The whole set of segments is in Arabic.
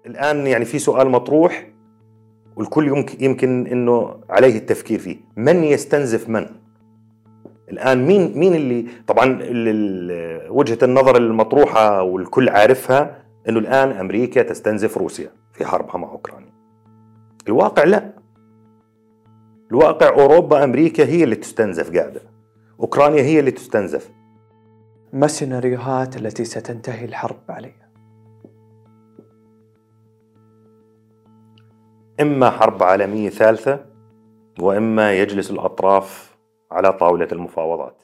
الآن يعني في سؤال مطروح والكل يمكن أنه عليه التفكير فيه، من يستنزف من؟ الآن مين اللي طبعا وجهة النظر المطروحة والكل عارفها أنه الآن أمريكا تستنزف روسيا في حربها مع أوكرانيا. الواقع لا، الواقع أوروبا أمريكا هي اللي تستنزف قاعدة، أوكرانيا هي اللي تستنزف. ما السيناريوهات التي ستنتهي الحرب عليها؟ إما حرب عالمية ثالثة، وإما يجلس الأطراف على طاولة المفاوضات.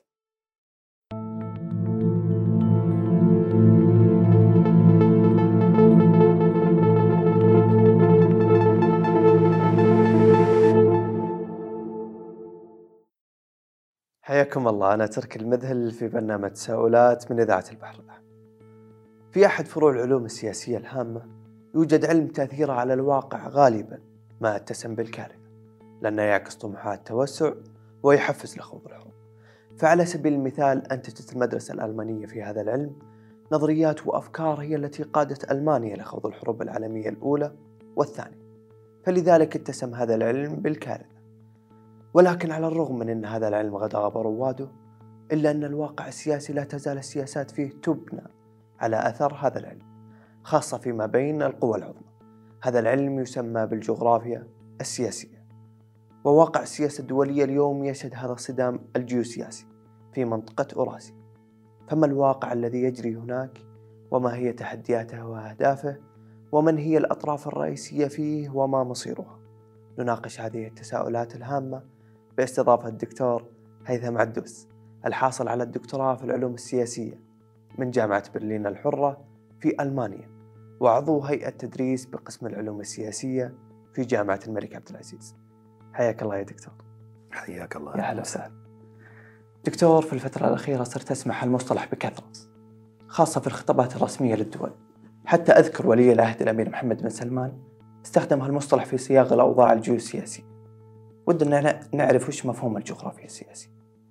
حياكم الله، أنا تركي المذهل في برنامج تساؤلات من إذاعة البحر الأحمر. في أحد فروع العلوم السياسية الهامة يوجد علم تأثيره على الواقع غالبا ما اتسم بالكارثة، لأنه يعكس طموحات التوسع ويحفز لخوض الحروب. فعلى سبيل المثال أنتجت المدرسة الألمانية في هذا العلم نظريات وأفكار هي التي قادت ألمانيا لخوض الحروب العالمية الأولى والثانية، فلذلك اتسم هذا العلم بالكارثة. ولكن على الرغم من أن هذا العلم قد غاب رواده، إلا أن الواقع السياسي لا تزال السياسات فيه تبنى على أثر هذا العلم، خاصة فيما بين القوى العظمى. هذا العلم يسمى بالجغرافيا السياسية. وواقع السياسة الدولية اليوم يشهد هذا الصدام الجيوسياسي في منطقة أوراسيا. فما الواقع الذي يجري هناك؟ وما هي تحدياته وأهدافه؟ ومن هي الأطراف الرئيسية فيه؟ وما مصيرها؟ نناقش هذه التساؤلات الهامة باستضافة الدكتور هيثم عدوس، الحاصل على الدكتوراه في العلوم السياسية من جامعة برلين الحرة في ألمانيا، وعضو هيئة تدريس بقسم العلوم السياسية في جامعة الملك عبد العزيز. حياك الله يا دكتور. حياك الله. يا هلا وسهلا دكتور. في الفترة الأخيرة صرت أسمع المصطلح بكثرة، خاصة في الخطابات الرسمية للدول. حتى أذكر ولي العهد الأمير محمد بن سلمان استخدم هالمصطلح في صياغة الأوضاع الجيوسياسية. ودنا نعرف وش مفهوم الجغرافيا السياسية.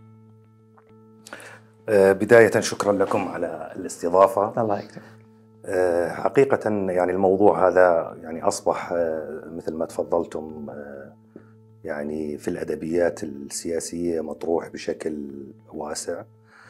بداية شكرا لكم على الاستضافة. الله يكرمك. حقيقة يعني الموضوع هذا يعني أصبح مثل ما تفضلتم يعني في الأدبيات السياسية مطروح بشكل واسع.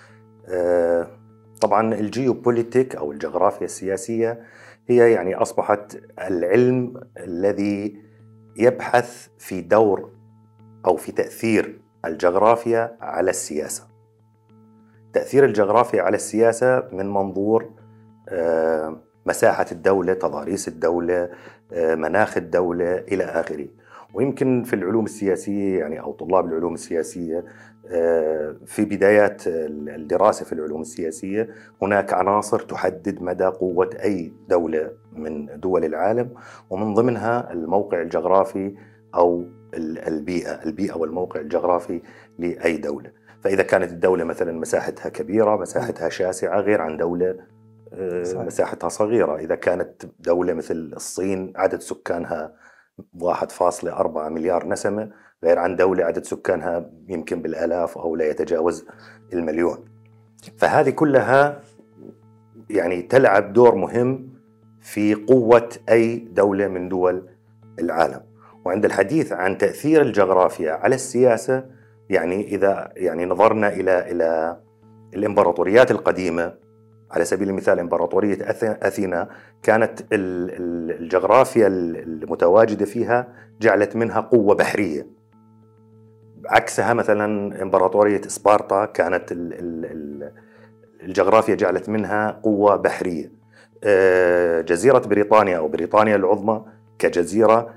طبعا الجيوبوليتيك أو الجغرافيا السياسية هي يعني أصبحت العلم الذي يبحث في دور أو في تأثير الجغرافيا على السياسة. تأثير الجغرافيا على السياسة من منظور مساحة الدولة، تضاريس الدولة، مناخ الدولة إلى آخره. ويمكن في العلوم السياسية يعني أو طلاب العلوم السياسية في بدايات الدراسة في العلوم السياسية هناك عناصر تحدد مدى قوة أي دولة من دول العالم، ومن ضمنها الموقع الجغرافي أو البيئة والموقع الجغرافي لأي دولة. فإذا كانت الدولة مثلا مساحتها كبيرة، مساحتها شاسعة، غير عن دولة مساحتها صغيرة. إذا كانت دولة مثل الصين عدد سكانها 1.4 مليار نسمة، غير عن دولة عدد سكانها يمكن بالآلاف أو لا يتجاوز المليون. فهذه كلها يعني تلعب دور مهم في قوة أي دولة من دول العالم. وعند الحديث عن تأثير الجغرافيا على السياسة، يعني إذا يعني نظرنا إلى الإمبراطوريات القديمة، على سبيل المثال إمبراطورية أثينا، كانت الجغرافيا المتواجدة فيها جعلت منها قوة بحرية. عكسها مثلا إمبراطورية إسبارتا كانت الجغرافيا جعلت منها قوة بحرية. جزيرة بريطانيا أو بريطانيا العظمى كجزيرة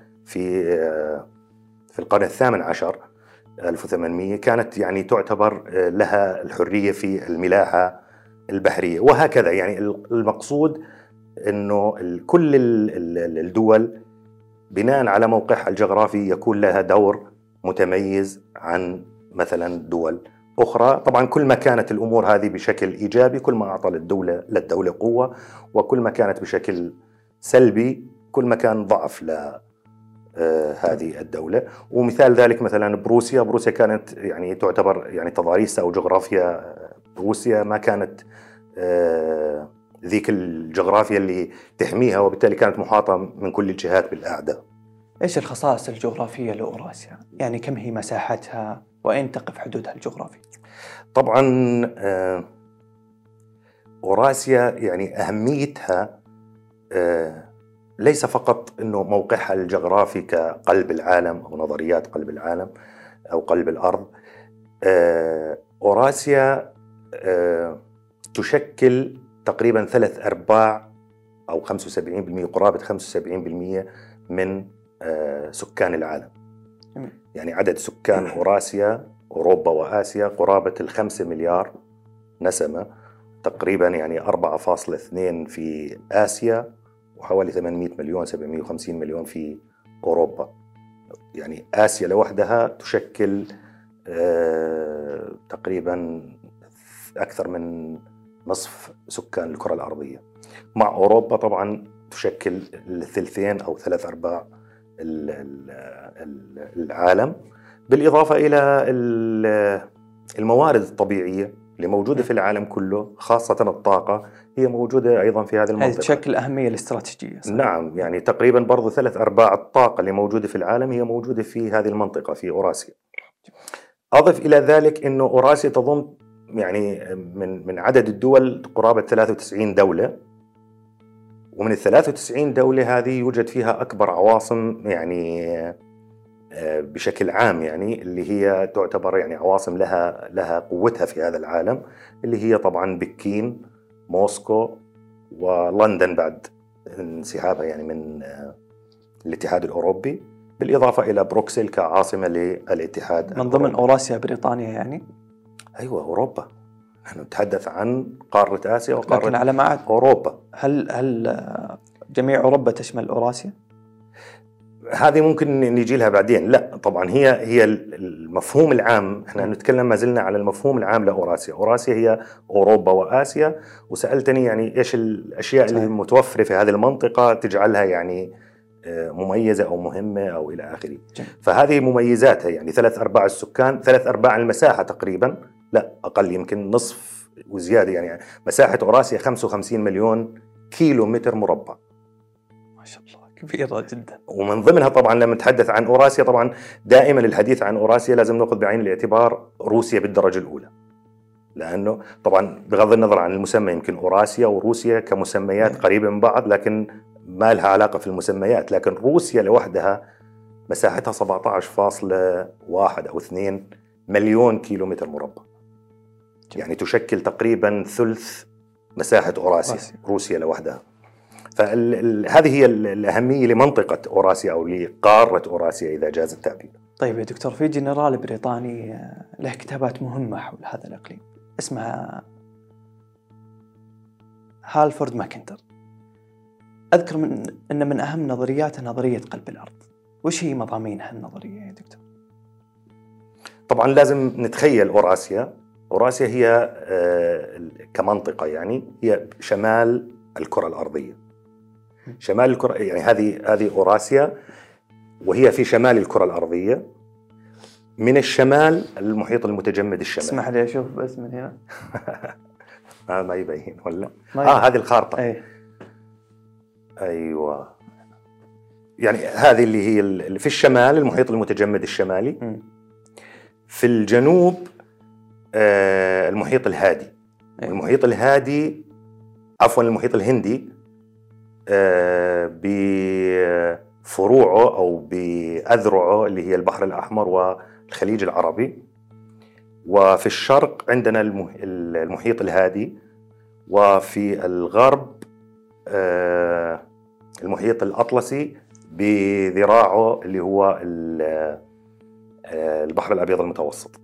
في القرن الثامن عشر 1800 كانت يعني تعتبر لها الحرية في الملاحة البحرية، وهكذا. يعني المقصود أنه كل الدول بناء على موقعها الجغرافي يكون لها دور متميز عن مثلا دول أخرى. طبعا كل ما كانت الأمور هذه بشكل إيجابي كل ما أعطى للدولة قوة، وكل ما كانت بشكل سلبي كل ما كان ضعف هذه الدولة. ومثال ذلك مثلا بروسيا كانت يعني تعتبر يعني تضاريس أو جغرافيا روسيا ما كانت ذيك الجغرافيا اللي تحميها، وبالتالي كانت محاطة من كل الجهات بالأعداء. إيش الخصائص الجغرافية لأوراسيا؟ يعني كم هي مساحتها وأين تقف حدودها الجغرافية؟ طبعا أوراسيا يعني أهميتها ليس فقط أنه موقعها الجغرافي كقلب العالم أو نظريات قلب العالم أو قلب الأرض. أوراسيا تشكل تقريبا 3/4 أو 75%، قرابة 75% من سكان العالم. يعني عدد سكان أوراسيا، أوروبا وآسيا، قرابة 5 مليار نسمة، تقريبا يعني 4.2 في آسيا، وحوالي 800 مليون 750 مليون في أوروبا. يعني آسيا لوحدها تشكل تقريبا أكثر من نصف سكان الكرة الأرضية، مع أوروبا طبعا تشكل الثلثين أو 3/4 العالم، بالإضافة إلى الموارد الطبيعية اللي موجودة في العالم كله، خاصة الطاقة هي موجودة أيضا في هذه المنطقة. هذه تشكل أهمية الاستراتيجية. نعم، يعني تقريبا برضو 3/4 الطاقة اللي موجودة في العالم هي موجودة في هذه المنطقة في أوراسيا. أضف إلى ذلك أنه أوراسيا تضم يعني من عدد الدول قرابة 93 دولة، ومن ال 93 دولة هذه يوجد فيها أكبر عواصم يعني بشكل عام، يعني اللي هي تعتبر يعني عواصم لها قوتها في هذا العالم، اللي هي طبعا بكين، موسكو، ولندن بعد انسحابها يعني من الاتحاد الأوروبي، بالإضافة إلى بروكسل كعاصمة للاتحاد من ضمن أوراسيا بريطانيا يعني؟ أيوة، أوروبا. نحن نتحدث عن قارة آسيا وقارة لكن على ما أوروبا. هل جميع أوروبا تشمل أوراسيا؟ هذه ممكن نيجي لها بعدين. لا طبعا هي المفهوم العام، احنا نتكلم ما زلنا على المفهوم العام لأوراسيا. أوراسيا هي أوروبا وآسيا، وسألتني يعني إيش الأشياء اللي متوفرة في هذه المنطقة تجعلها يعني مميزة أو مهمة أو إلى آخره. فهذه مميزاتها، يعني 3/4 السكان، 3/4 المساحة تقريبا، لا أقل، يمكن نصف وزيادة. يعني مساحة أوراسيا 55 مليون كيلو متر مربع. ما شاء الله، كبيرة جدا. ومن ضمنها طبعا لما نتحدث عن أوراسيا، طبعا دائما الحديث عن أوراسيا لازم نأخذ بعين الاعتبار روسيا بالدرجة الأولى، لأنه طبعا بغض النظر عن المسمى، يمكن أوراسيا وروسيا كمسميات قريبة من بعض لكن ما لها علاقة في المسميات. لكن روسيا لوحدها مساحتها 17.1 أو 2 مليون كيلو متر مربع، يعني تشكل تقريبا ثلث مساحة أوراسيا روسيا لوحدها. فهذه هي الأهمية لمنطقة أوراسيا أو لقارة أوراسيا إذا جاز التعبير. طيب يا دكتور، في جنرال بريطاني له كتابات مهمة حول هذا الإقليم اسمها هالفورد ماكنتر. أذكر أن من أهم نظرياته نظرية قلب الأرض. وش هي مضامين هالنظرية يا دكتور؟ طبعا لازم نتخيل أوراسيا هي كمنطقة، يعني هي شمال الكرة الأرضية. شمال الكرة، يعني هذه أوراسيا وهي في شمال الكرة الأرضية. من الشمال المحيط المتجمد الشمالي. اسمح لي أشوف بس من هنا. ما يبين ولا؟ هذه الخارطة. أيوة، يعني هذه اللي هي في الشمال المحيط المتجمد الشمالي. في الجنوب المحيط الهادي. المحيط الهادي، عفوا المحيط الهندي بفروعه أو بأذرعه اللي هي البحر الأحمر والخليج العربي. وفي الشرق عندنا المحيط الهادي، وفي الغرب المحيط الأطلسي بذراعه اللي هو البحر الأبيض المتوسط.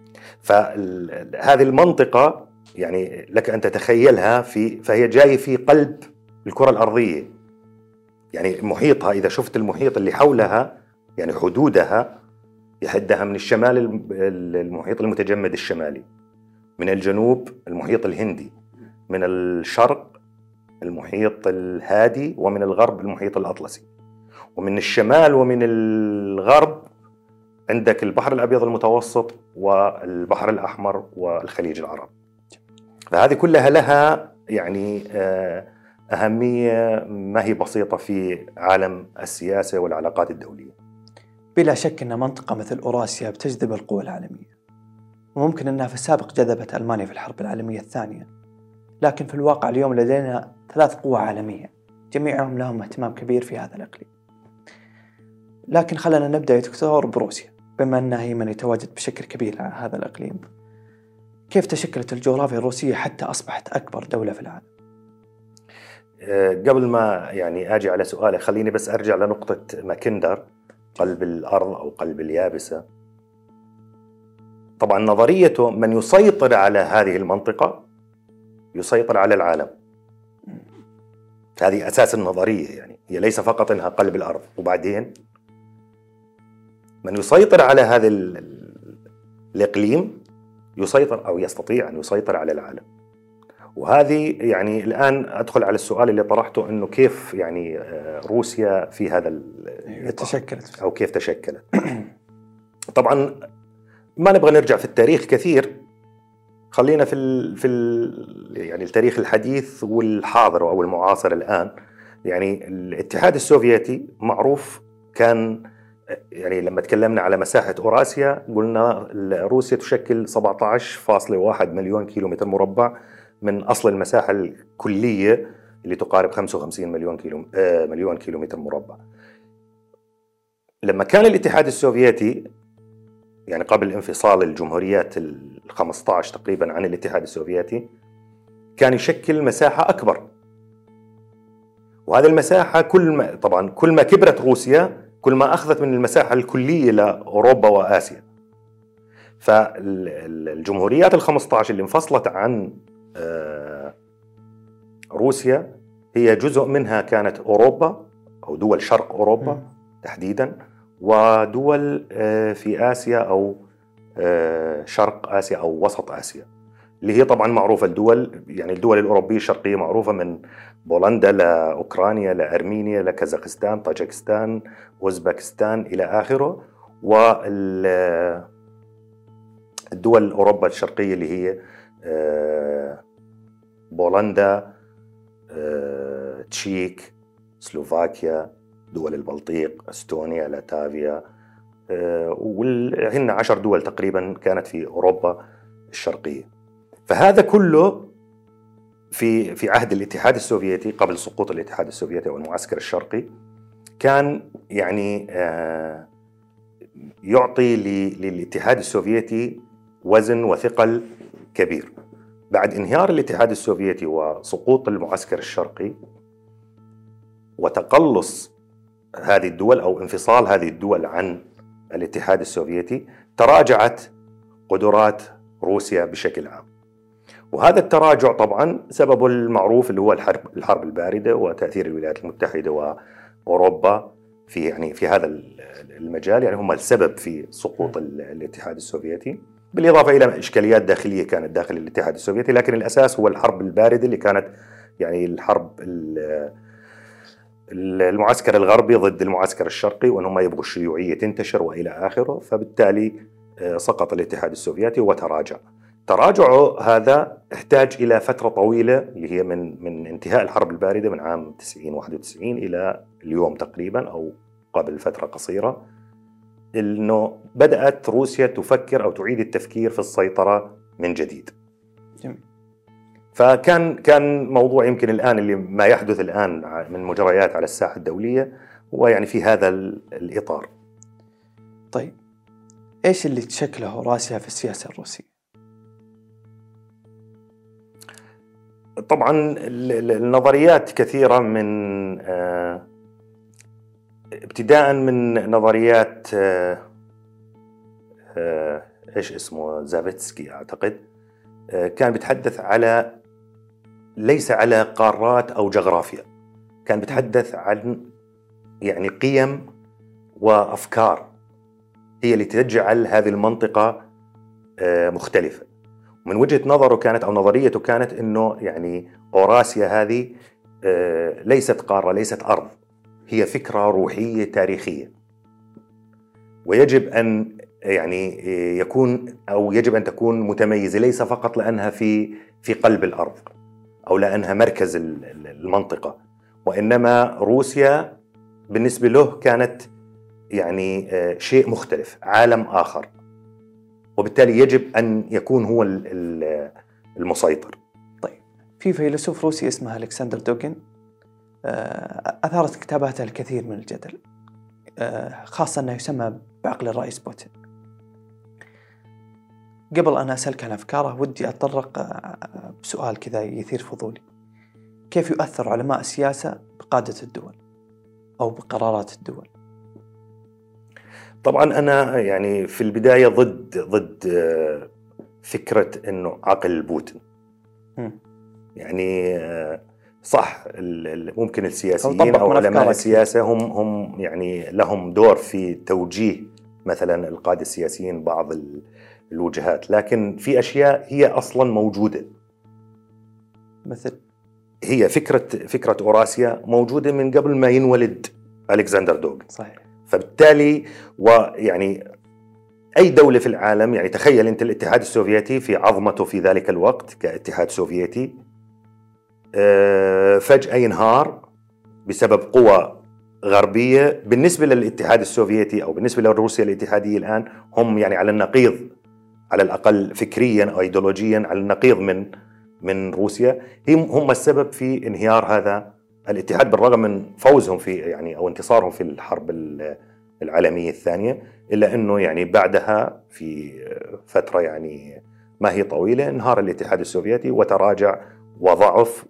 فهذه المنطقة يعني لك أن تتخيلها فهي جاية في قلب الكرة الأرضية. يعني محيطها، إذا شفت المحيط اللي حولها يعني حدودها يحدها من الشمال المحيط المتجمد الشمالي، من الجنوب المحيط الهندي، من الشرق المحيط الهادي، ومن الغرب المحيط الأطلسي، ومن الشمال ومن الغرب عندك البحر الأبيض المتوسط والبحر الأحمر والخليج العربي. فهذه كلها لها يعني أهمية ما هي بسيطة في عالم السياسة والعلاقات الدولية. بلا شك أن منطقة مثل أوراسيا بتجذب القوى العالمية، وممكن أنها في السابق جذبت ألمانيا في الحرب العالمية الثانية، لكن في الواقع اليوم لدينا 3 قوى عالمية جميعهم لهم اهتمام كبير في هذا الإقليم. لكن خلنا نبدأ يا دكتور بروسيا، بما أنها هي من يتواجد بشكل كبير على هذا الإقليم. كيف تشكلت الجغرافيا الروسية حتى أصبحت أكبر دولة في العالم؟ قبل ما يعني أجي على سؤالي، خليني بس أرجع لنقطة ماكندر، قلب الأرض أو قلب اليابسة. طبعا نظريته من يسيطر على هذه المنطقة يسيطر على العالم. هذه أساس النظرية، يعني هي ليس فقط أنها قلب الأرض وبعدين من يسيطر على هذا الإقليم يسيطر أو يستطيع أن يسيطر على العالم. وهذه يعني الآن أدخل على السؤال اللي طرحته، أنه كيف يعني روسيا في هذا تشكلت أو كيف تشكلت. طبعا ما نبغى نرجع في التاريخ كثير، خلينا في يعني التاريخ الحديث والحاضر أو المعاصر الآن. يعني الاتحاد السوفيتي معروف كان، يعني لما تكلمنا على مساحة أوراسيا قلنا روسيا تشكل 17.1 مليون كيلومتر مربع من أصل المساحة الكلية اللي تقارب 55 مليون كيلومتر مربع. لما كان الاتحاد السوفيتي يعني قبل انفصال الجمهوريات 15 تقريبا عن الاتحاد السوفيتي كان يشكل مساحة أكبر، وهذه المساحة كل ما كبرت روسيا كل ما أخذت من المساحة الكلية لأوروبا وآسيا. فالجمهوريات 15 اللي انفصلت عن روسيا هي جزء منها كانت أوروبا أو دول شرق أوروبا تحديدا، ودول في آسيا أو شرق آسيا أو وسط آسيا، اللي هي طبعا معروفة الدول، يعني الدول الأوروبية الشرقية معروفة من بولندا لأوكرانيا لأرمينيا لكازاخستان طاجكستان أوزبكستان إلى آخره. والدول أوروبا الشرقية اللي هي بولندا تشيك سلوفاكيا دول البلطيق استونيا لاتفيا، وهن 10 دول تقريبا كانت في أوروبا الشرقية. فهذا كله في عهد الاتحاد السوفيتي قبل سقوط الاتحاد السوفيتي أو المعسكر الشرقي، كان يعني يعطي للاتحاد السوفيتي وزن وثقل كبير. بعد انهيار الاتحاد السوفيتي وسقوط المعسكر الشرقي وتقلص هذه الدول أو انفصال هذه الدول عن الاتحاد السوفيتي، تراجعت قدرات روسيا بشكل عام. وهذا التراجع طبعا سببه المعروف اللي هو الحرب الباردة وتأثير الولايات المتحدة وأوروبا في هذا المجال، يعني هم السبب في سقوط الاتحاد السوفيتي، بالإضافة إلى إشكاليات داخلية كانت داخل الاتحاد السوفيتي. لكن الأساس هو الحرب الباردة اللي كانت يعني الحرب المعسكر الغربي ضد المعسكر الشرقي، وأنهم يبغوا الشيوعية تنتشر وإلى آخره. فبالتالي سقط الاتحاد السوفيتي وتراجع. تراجعه هذا احتاج إلى فترة طويلة اللي هي من انتهاء الحرب الباردة من عام 91 إلى اليوم تقريبا أو قبل فترة قصيرة، إنه بدأت روسيا تفكر أو تعيد التفكير في السيطرة من جديد. جميل. فكان موضوع يمكن الآن اللي ما يحدث الآن من مجريات على الساحة الدولية هو يعني في هذا الإطار. طيب إيش اللي تشكله أوراسيا في السياسة الروسية؟ طبعا النظريات كثيرة، من ابتداء من نظريات ايش اسمه زافيتسكي اعتقد، كان بيتحدث ليس على قارات او جغرافيا، كان بيتحدث عن يعني قيم وافكار هي اللي تجعل هذه المنطقة مختلفة. من وجهة نظره كانت أو نظريته كانت إنه يعني أوراسيا هذه ليست قارة ليست أرض، هي فكرة روحية تاريخية، ويجب أن يعني يجب أن تكون متميزة ليس فقط لأنها في قلب الأرض، أو لأنها مركز المنطقة، وإنما روسيا بالنسبة له كانت يعني شيء مختلف، عالم آخر، وبالتالي يجب أن يكون هو المسيطر. طيب، في فيلسوف روسي اسمه ألكسندر دوغين أثارت كتاباته الكثير من الجدل، خاصة أنه يسمى بعقل الرئيس بوتين. قبل أن أسألك عن أفكاره ودي أتطرق بسؤال كذا يثير فضولي: كيف يؤثر علماء السياسة بقادة الدول أو بقرارات الدول؟ طبعا أنا يعني في البداية ضد فكرة أنه عقل بوتين. يعني صح، ممكن السياسيين أو علماء السياسة هم يعني لهم دور في توجيه مثلا القادة السياسيين بعض الوجهات، لكن في أشياء هي أصلا موجودة، مثل هي فكرة أوراسيا موجودة من قبل ما ينولد ألكسندر دوغين. صحيح. فبالتالي ويعني أي دولة في العالم، يعني تخيل أنت الاتحاد السوفيتي في عظمته في ذلك الوقت كاتحاد سوفيتي فجأة ينهار بسبب قوى غربية. بالنسبة للاتحاد السوفيتي أو بالنسبة لروسيا الاتحادية الآن هم يعني على النقيض، على الأقل فكريا أو أيديولوجيا على النقيض من روسيا. هم السبب في انهيار هذا الاتحاد، بالرغم من فوزهم في يعني أو انتصارهم في الحرب العالمية الثانية، إلا أنه يعني بعدها في فترة يعني ما هي طويلة انهار الاتحاد السوفيتي وتراجع وضعف،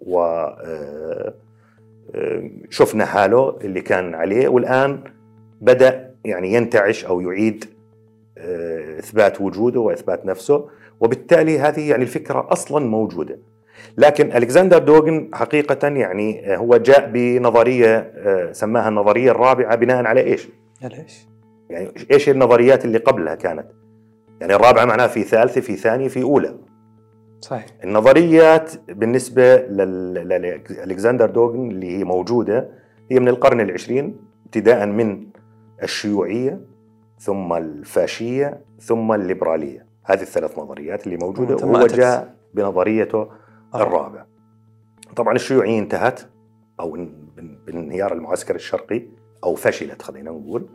وشفنا حاله اللي كان عليه، والآن بدأ يعني ينتعش أو يعيد إثبات وجوده وإثبات نفسه، وبالتالي هذه يعني الفكرة أصلا موجودة. لكن ألكسندر دوغين حقيقة يعني هو جاء بنظرية سماها النظرية الرابعة بناء على إيش؟ يعني إيش النظريات اللي قبلها كانت؟ يعني الرابعة معناها في ثالثة، في ثانية، في أولى. صحيح. النظريات بالنسبة لألكسندر دوغين اللي هي موجودة هي من القرن العشرين، ابتداء من الشيوعية ثم الفاشية ثم الليبرالية. هذه الثلاث نظريات اللي موجودة، وهو جاء بنظريته الرابعة. طبعا الشيوعية انتهت أو بانهيار المعسكر الشرقي أو فشلت، خلينا نقول.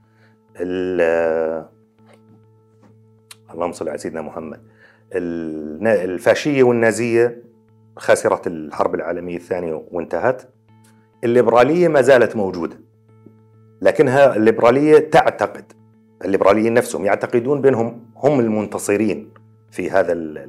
اللهم صل على سيدنا محمد. الفاشية والنازية خسرت الحرب العالمية الثانية وانتهت. الليبرالية ما زالت موجودة، لكنها الليبرالية تعتقد، الليبراليين نفسهم يعتقدون بأنهم هم المنتصرين في هذا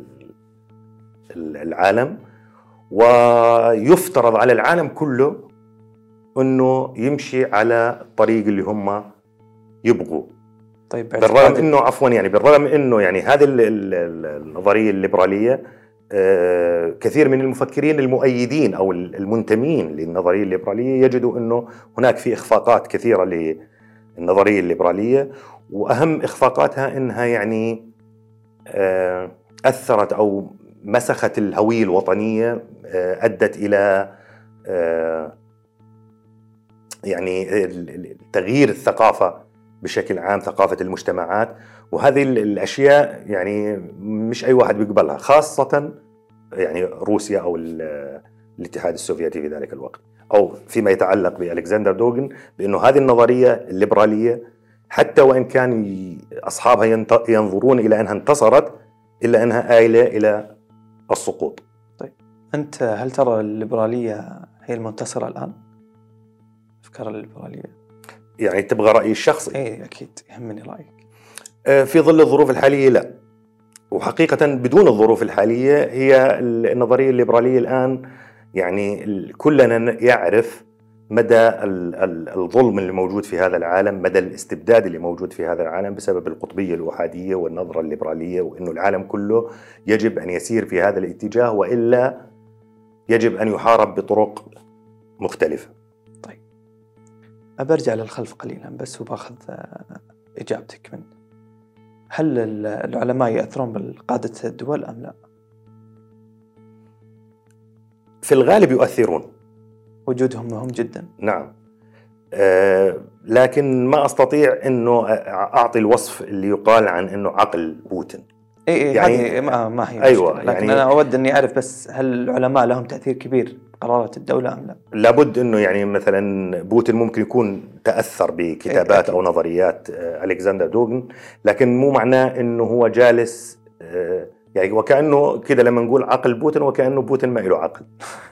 العالم، ويفترض على العالم كله أنه يمشي على الطريق اللي هم يبغوا. طيب، بالرغم انه بالرغم انه يعني هذه النظريه الليبراليه كثير من المفكرين المؤيدين او المنتمين للنظريه الليبراليه يجدوا انه هناك في اخفاقات كثيره للنظريه الليبراليه، واهم اخفاقاتها انها يعني اثرت او مسخت الهويه الوطنيه، ادت الى يعني تغيير الثقافه بشكل عام، ثقافة المجتمعات. وهذه الأشياء يعني مش أي واحد بيقبلها، خاصة يعني روسيا أو الاتحاد السوفيتي في ذلك الوقت، أو فيما يتعلق بألكسندر دوغين، بأنه هذه النظرية الليبرالية حتى وإن كان أصحابها ينظرون إلى أنها انتصرت، إلا أنها آيلة إلى السقوط. طيب، أنت هل ترى الليبرالية هي المنتصرة الآن؟ أفكار الليبرالية يعني تبغى رأيي الشخصي؟ إيه أكيد يهمني رأيك. في ظل الظروف الحالية لا، وحقيقة بدون الظروف الحالية هي النظرية الليبرالية الآن يعني كلنا يعرف مدى الظلم اللي موجود في هذا العالم، مدى الاستبداد اللي موجود في هذا العالم بسبب القطبية الأحادية والنظرة الليبرالية، وإنه العالم كله يجب أن يسير في هذا الاتجاه وإلا يجب أن يحارب بطرق مختلفة. طيب، أبرجع للخلف قليلا بس وباخذ إجابتك منه. هل العلماء يأثرون بقادة الدول أم لا؟ في الغالب يؤثرون، وجودهم مهم جدا. نعم، لكن ما أستطيع أنه أعطي الوصف اللي يقال عن أنه عقل بوتين. يعني هذه ما هي أيوة مشكلة، لكن أنا أود أني أعرف بس هل العلماء لهم تأثير كبير بقرارات الدولة أم لا؟ لابد أنه يعني مثلا بوتين ممكن يكون تأثر بكتابات أو نظريات ألكسندر دوغن، لكن مو معناه أنه هو جالس يعني وكأنه كده لما نقول عقل بوتين وكأنه بوتين ما له عقل.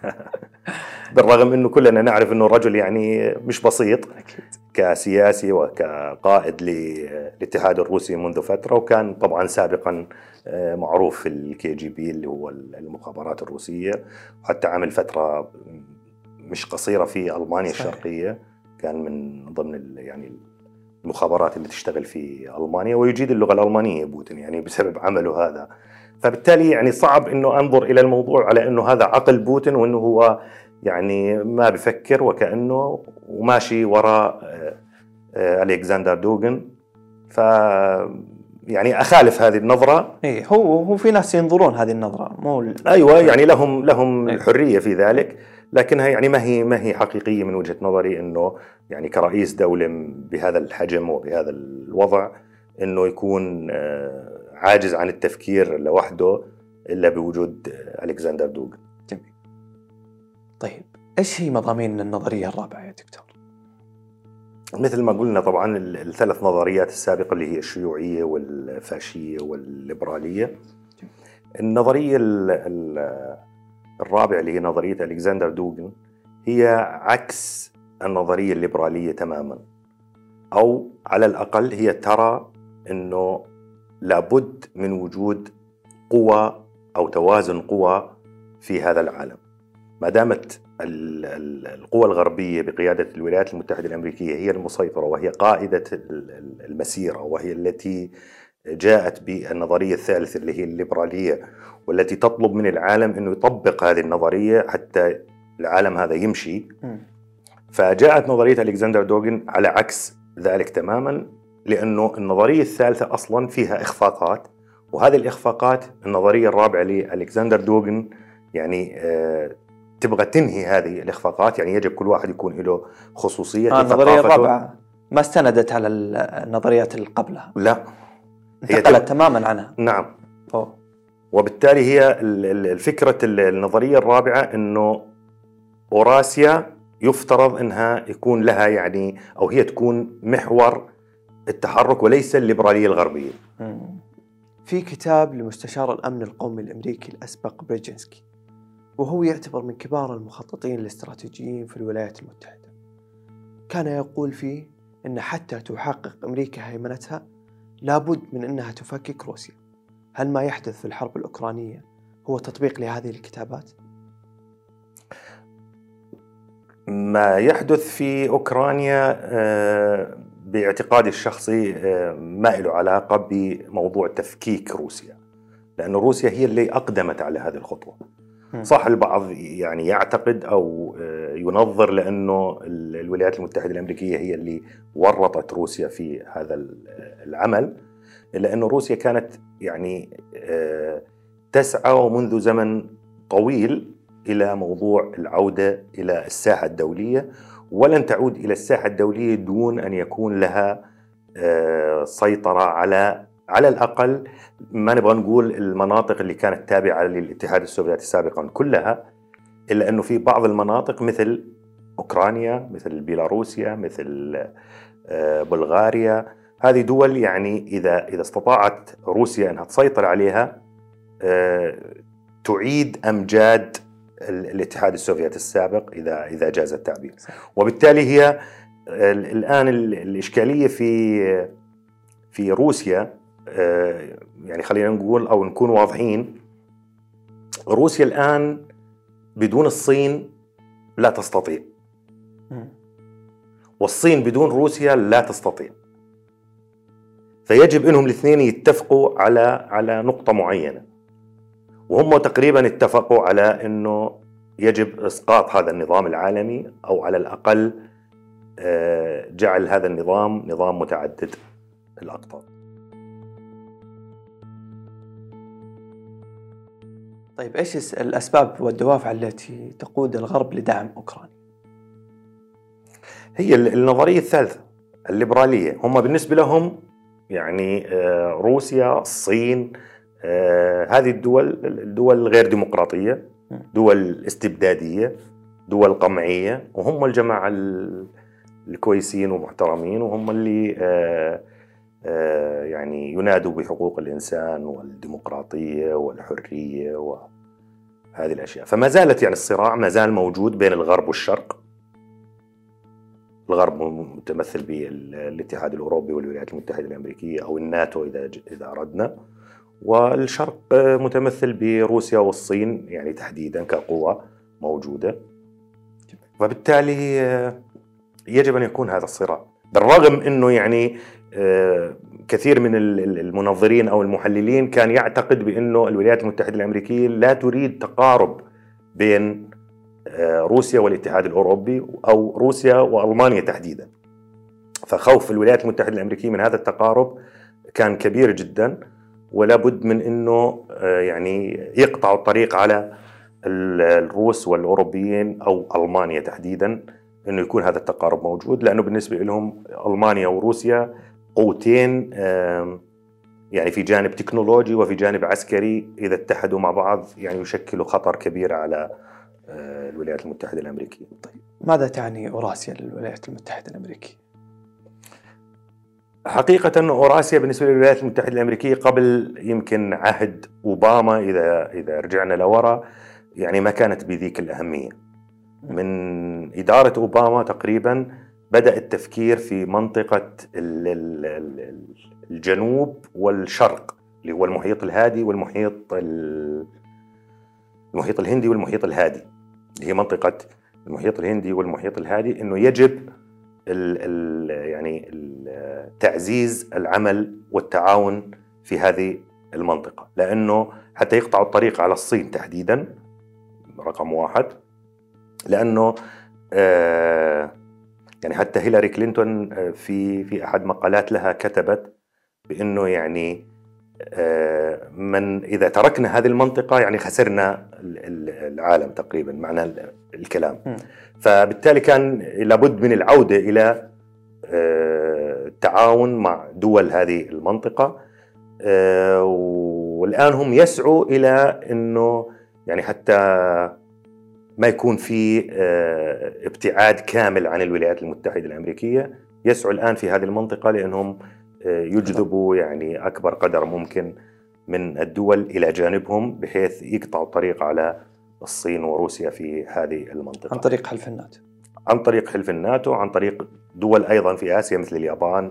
بالرغم أنه كلنا نعرف أنه الرجل يعني مش بسيط كسياسي وكقائد للاتحاد الروسي منذ فترة، وكان طبعا سابقا معروف في الكي جي بي اللي هو المخابرات الروسية، وحتى عمل فترة مش قصيرة في ألمانيا الشرقية، كان من ضمن يعني المخابرات اللي تشتغل في ألمانيا، ويجيد اللغة الألمانية بوتين يعني بسبب عمله هذا. فبالتالي يعني صعب أنه أنظر إلى الموضوع على أنه هذا عقل بوتين وأنه هو يعني ما بفكر وكأنه وماشي وراء ألكسندر دوغن. ف يعني أخالف هذه النظرة. هو في ناس ينظرون هذه النظرة أيوة يعني لهم الحرية في ذلك، لكنها يعني ما هي حقيقية من وجهة نظري، أنه يعني كرئيس دولة بهذا الحجم وبهذا الوضع أنه يكون عاجز عن التفكير لوحده إلا بوجود ألكسندر دوغن. جميل. طيب إيش هي مضامين النظرية الرابعة يا دكتور؟ مثل ما قلنا طبعا الثلاث نظريات السابقة اللي هي الشيوعية والفاشية والليبرالية. النظرية الرابعة اللي هي نظرية ألكسندر دوغن هي عكس النظرية الليبرالية تماما، أو على الأقل هي ترى أنه لابد من وجود قوة أو توازن قوة في هذا العالم. ما دامت القوى الغربية بقيادة الولايات المتحدة الأمريكية هي المسيطرة وهي قائدة المسيرة، وهي التي جاءت بالنظرية الثالثة اللي هي الليبرالية، والتي تطلب من العالم أنه يطبق هذه النظرية حتى العالم هذا يمشي. فجاءت نظرية ألكسندر دوغن على عكس ذلك تماما، لأنه النظرية الثالثة أصلا فيها إخفاقات، وهذه الإخفاقات النظرية الرابعة لألكسندر دوغن يعني تبغى تنهي هذه الإخفاقات. يعني يجب كل واحد يكون له خصوصية. النظرية الرابعة ما استندت على النظريات اللي قبلها، لا هي انتقلت تماما عنها. نعم. وبالتالي هي الفكرة النظرية الرابعة أنه أوراسيا يفترض أنها يكون لها يعني، أو هي تكون محور التحرك وليس الليبرالية الغربية. في كتاب لمستشار الأمن القومي الأمريكي الأسبق بريجينسكي، وهو يعتبر من كبار المخططين الاستراتيجيين في الولايات المتحدة، كان يقول فيه أن حتى تحقق أمريكا هيمنتها لابد من أنها تفكك روسيا. هل ما يحدث في الحرب الأوكرانية هو تطبيق لهذه الكتابات؟ ما يحدث في أوكرانيا باعتقادي الشخصي ما له علاقة بموضوع تفكيك روسيا، لأن روسيا هي اللي أقدمت على هذه الخطوة. صح البعض يعني يعتقد أو ينظر لأنه الولايات المتحدة الأمريكية هي اللي ورطت روسيا في هذا العمل، إلا أن روسيا كانت يعني تسعى منذ زمن طويل إلى موضوع العودة إلى الساحة الدولية، ولن تعود إلى الساحة الدولية دون أن يكون لها سيطرة على الأقل، ما نبغى نقول المناطق اللي كانت تابعة للاتحاد السوفيتي سابقا كلها، إلا أنه في بعض المناطق مثل أوكرانيا، مثل بيلاروسيا، مثل بلغاريا، هذه دول يعني إذا استطاعت روسيا أنها تسيطر عليها تعيد أمجاد الاتحاد السوفيتي السابق إذا جاز التعبير. وبالتالي هي الآن الإشكالية في روسيا، يعني خلينا نقول أو نكون واضحين، روسيا الآن بدون الصين لا تستطيع، والصين بدون روسيا لا تستطيع. فيجب أنهم الاثنين يتفقوا على نقطة معينة، وهم تقريبا اتفقوا على أنه يجب إسقاط هذا النظام العالمي، أو على الأقل جعل هذا النظام نظام متعدد الأقطاب. طيب إيش الأسباب والدوافع التي تقود الغرب لدعم أوكرانيا؟ هي النظرية الثالثة الليبرالية. هم بالنسبة لهم يعني روسيا، الصين، هذه الدول غير ديمقراطية، دول استبدادية، دول قمعية، وهم الجماعة الكويسين ومحترمين، وهم اللي يعني ينادوا بحقوق الإنسان والديمقراطية والحرية وهذه الأشياء. فما زالت يعني الصراع ما زال موجود بين الغرب والشرق. الغرب متمثل بالاتحاد الأوروبي والولايات المتحدة الأمريكية أو الناتو إذا أردنا، والشرق متمثل بروسيا والصين يعني تحديدا كقوة موجودة. وبالتالي يجب أن يكون هذا الصراع، بالرغم أنه يعني كثير من المنظرين أو المحللين كان يعتقد بأنه الولايات المتحدة الأمريكية لا تريد تقارب بين روسيا والاتحاد الأوروبي أو روسيا وألمانيا تحديدا. فخوف الولايات المتحدة الأمريكية من هذا التقارب كان كبير جدا، ولا بد من أنه يعني يقطعوا الطريق على الروس والأوروبيين أو ألمانيا تحديدا أنه يكون هذا التقارب موجود، لأنه بالنسبة لهم ألمانيا وروسيا قوتين يعني في جانب تكنولوجي وفي جانب عسكري، إذا اتحدوا مع بعض يعني يشكلوا خطر كبير على الولايات المتحدة الأمريكية. طيب ماذا تعني أوراسيا للولايات المتحدة الأمريكية؟ حقيقة أوراسيا بالنسبة للولايات المتحدة الأمريكية قبل يمكن عهد أوباما إذا رجعنا لورا يعني ما كانت بذيك الأهمية. من إدارة أوباما تقريبا بدأ التفكير في منطقة الجنوب والشرق اللي هو المحيط الهادي والمحيط الهندي والمحيط الهادي، اللي هي منطقة المحيط الهندي والمحيط الهادي، إنه يجب يعني تعزيز العمل والتعاون في هذه المنطقة، لأنه حتى يقطعوا الطريق على الصين تحديدا رقم واحد، لأنه يعني حتى هيلاري كلينتون في أحد مقالات لها كتبت بأنه يعني من إذا تركنا هذه المنطقة يعني خسرنا العالم تقريبا، معنى الكلام. فبالتالي كان لابد من العودة إلى التعاون مع دول هذه المنطقة، والآن هم يسعوا إلى أنه يعني حتى ما يكون في ابتعاد كامل عن الولايات المتحدة الأمريكية، يسعوا الآن في هذه المنطقة لأنهم يجذبوا يعني أكبر قدر ممكن من الدول إلى جانبهم بحيث يقطعوا الطريق على الصين وروسيا في هذه المنطقة عن طريق حلف الناتو. عن طريق حلف الناتو، عن طريق دول أيضا في آسيا مثل اليابان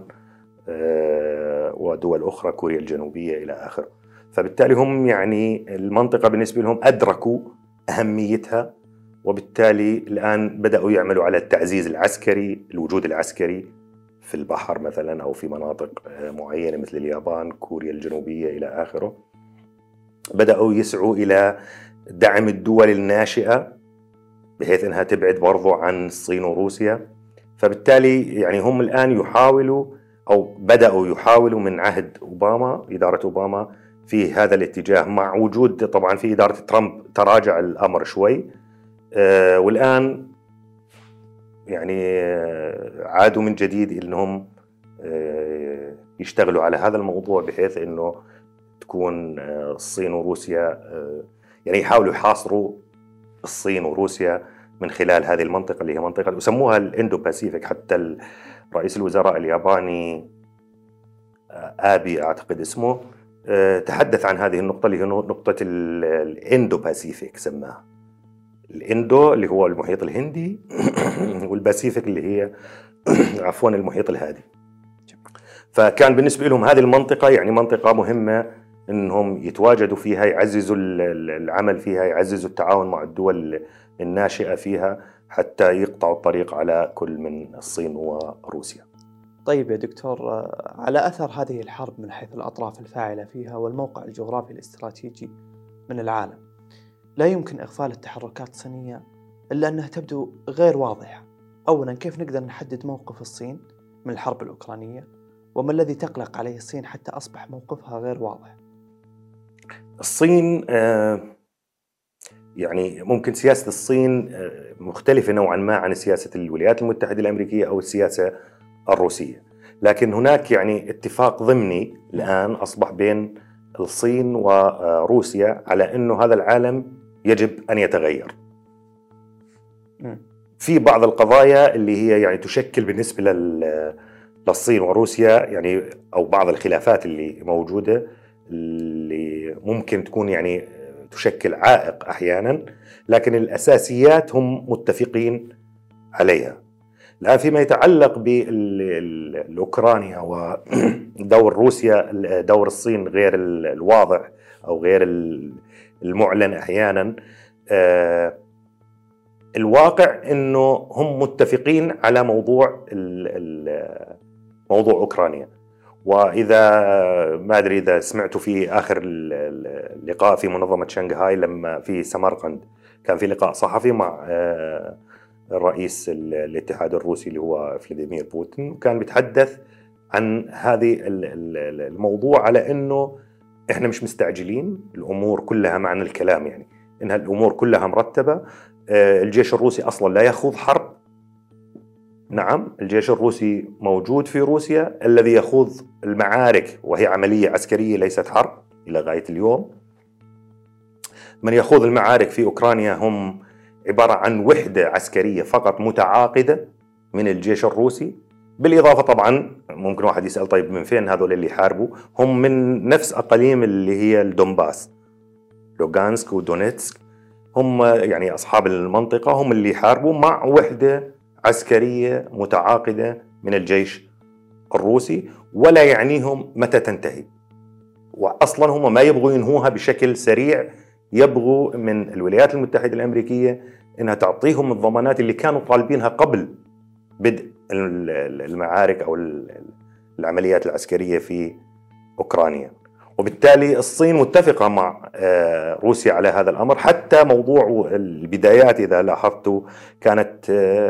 ودول أخرى كوريا الجنوبية إلى آخره. فبالتالي هم يعني المنطقة بالنسبة لهم أدركوا أهميتها، وبالتالي الآن بدأوا يعملوا على التعزيز العسكري، الوجود العسكري في البحر مثلا أو في مناطق معينة مثل اليابان كوريا الجنوبية إلى آخره. بدأوا يسعوا إلى دعم الدول الناشئة بحيث أنها تبعد برضو عن الصين وروسيا. فبالتالي يعني هم الآن يحاولوا أو بدأوا يحاولوا من عهد أوباما، إدارة أوباما، في هذا الاتجاه، مع وجود طبعا في إدارة ترامب تراجع الأمر شوي، والآن يعني عادوا من جديد إنهم يشتغلوا على هذا الموضوع بحيث إنه تكون الصين وروسيا يعني يحاولوا يحاصروا الصين وروسيا من خلال هذه المنطقة اللي هي منطقة يسموها الإندو باسيفيك. حتى رئيس الوزراء الياباني آبي أعتقد اسمه تحدث عن هذه النقطة اللي هي نقطة الإندو باسيفيك، سماها الإندو اللي هو المحيط الهندي والباسيفيك اللي هي عفوا المحيط الهادي. فكان بالنسبة لهم هذه المنطقة يعني منطقة مهمة إنهم يتواجدوا فيها، يعززوا العمل فيها، يعززوا التعاون مع الدول الناشئة فيها حتى يقطعوا الطريق على كل من الصين وروسيا. طيب يا دكتور، على أثر هذه الحرب من حيث الأطراف الفاعلة فيها والموقع الجغرافي الاستراتيجي من العالم، لا يمكن إغفال التحركات الصينية إلا أنها تبدو غير واضحة. أولاً، كيف نقدر نحدد موقف الصين من الحرب الأوكرانية، وما الذي تقلق عليه الصين حتى أصبح موقفها غير واضح؟ الصين يعني ممكن سياسة الصين مختلفة نوعاً ما عن سياسة الولايات المتحدة الأمريكية أو السياسة الروسية، لكن هناك يعني اتفاق ضمني الآن أصبح بين الصين وروسيا على أنه هذا العالم يجب أن يتغير. في بعض القضايا اللي هي يعني تشكل بالنسبة للصين وروسيا يعني أو بعض الخلافات اللي موجودة اللي ممكن تكون يعني تشكل عائق أحيانا، لكن الأساسيات هم متفقين عليها. الآن فيما يتعلق بالأوكرانيا ودور روسيا، دور الصين غير الواضح أو غير المعلن أحيانا. الواقع أنه هم متفقين على موضوع أوكرانيا. وإذا ما أدري إذا سمعتوا في آخر اللقاء في منظمة شنغهاي لما في سمرقند كان في لقاء صحفي مع رئيس الاتحاد الروسي اللي هو فلاديمير بوتين، وكان بيتحدث عن هذه الموضوع على أنه إحنا مش مستعجلين، الأمور كلها معنى الكلام يعني إنها الأمور كلها مرتبة. الجيش الروسي أصلا لا يخوض حرب. نعم، الجيش الروسي موجود في روسيا الذي يخوض المعارك، وهي عملية عسكرية ليست حرب إلى غاية اليوم. من يخوض المعارك في أوكرانيا هم عبارة عن وحدة عسكرية فقط متعاقدة من الجيش الروسي. بالإضافة طبعا ممكن واحد يسأل طيب من فين هذول اللي يحاربوا؟ هم من نفس أقاليم اللي هي الدونباس، لوغانسك ودونيتسك، هم يعني أصحاب المنطقة هم اللي يحاربوا مع وحدة عسكرية متعاقدة من الجيش الروسي، ولا يعنيهم متى تنتهي. وأصلا هم ما يبغوا ينهوها بشكل سريع، يبغوا من الولايات المتحدة الأمريكية أنها تعطيهم الضمانات اللي كانوا طالبينها قبل بدء المعارك أو العمليات العسكرية في أوكرانيا. وبالتالي الصين متفقة مع روسيا على هذا الأمر. حتى موضوع البدايات إذا لاحظتوا كانت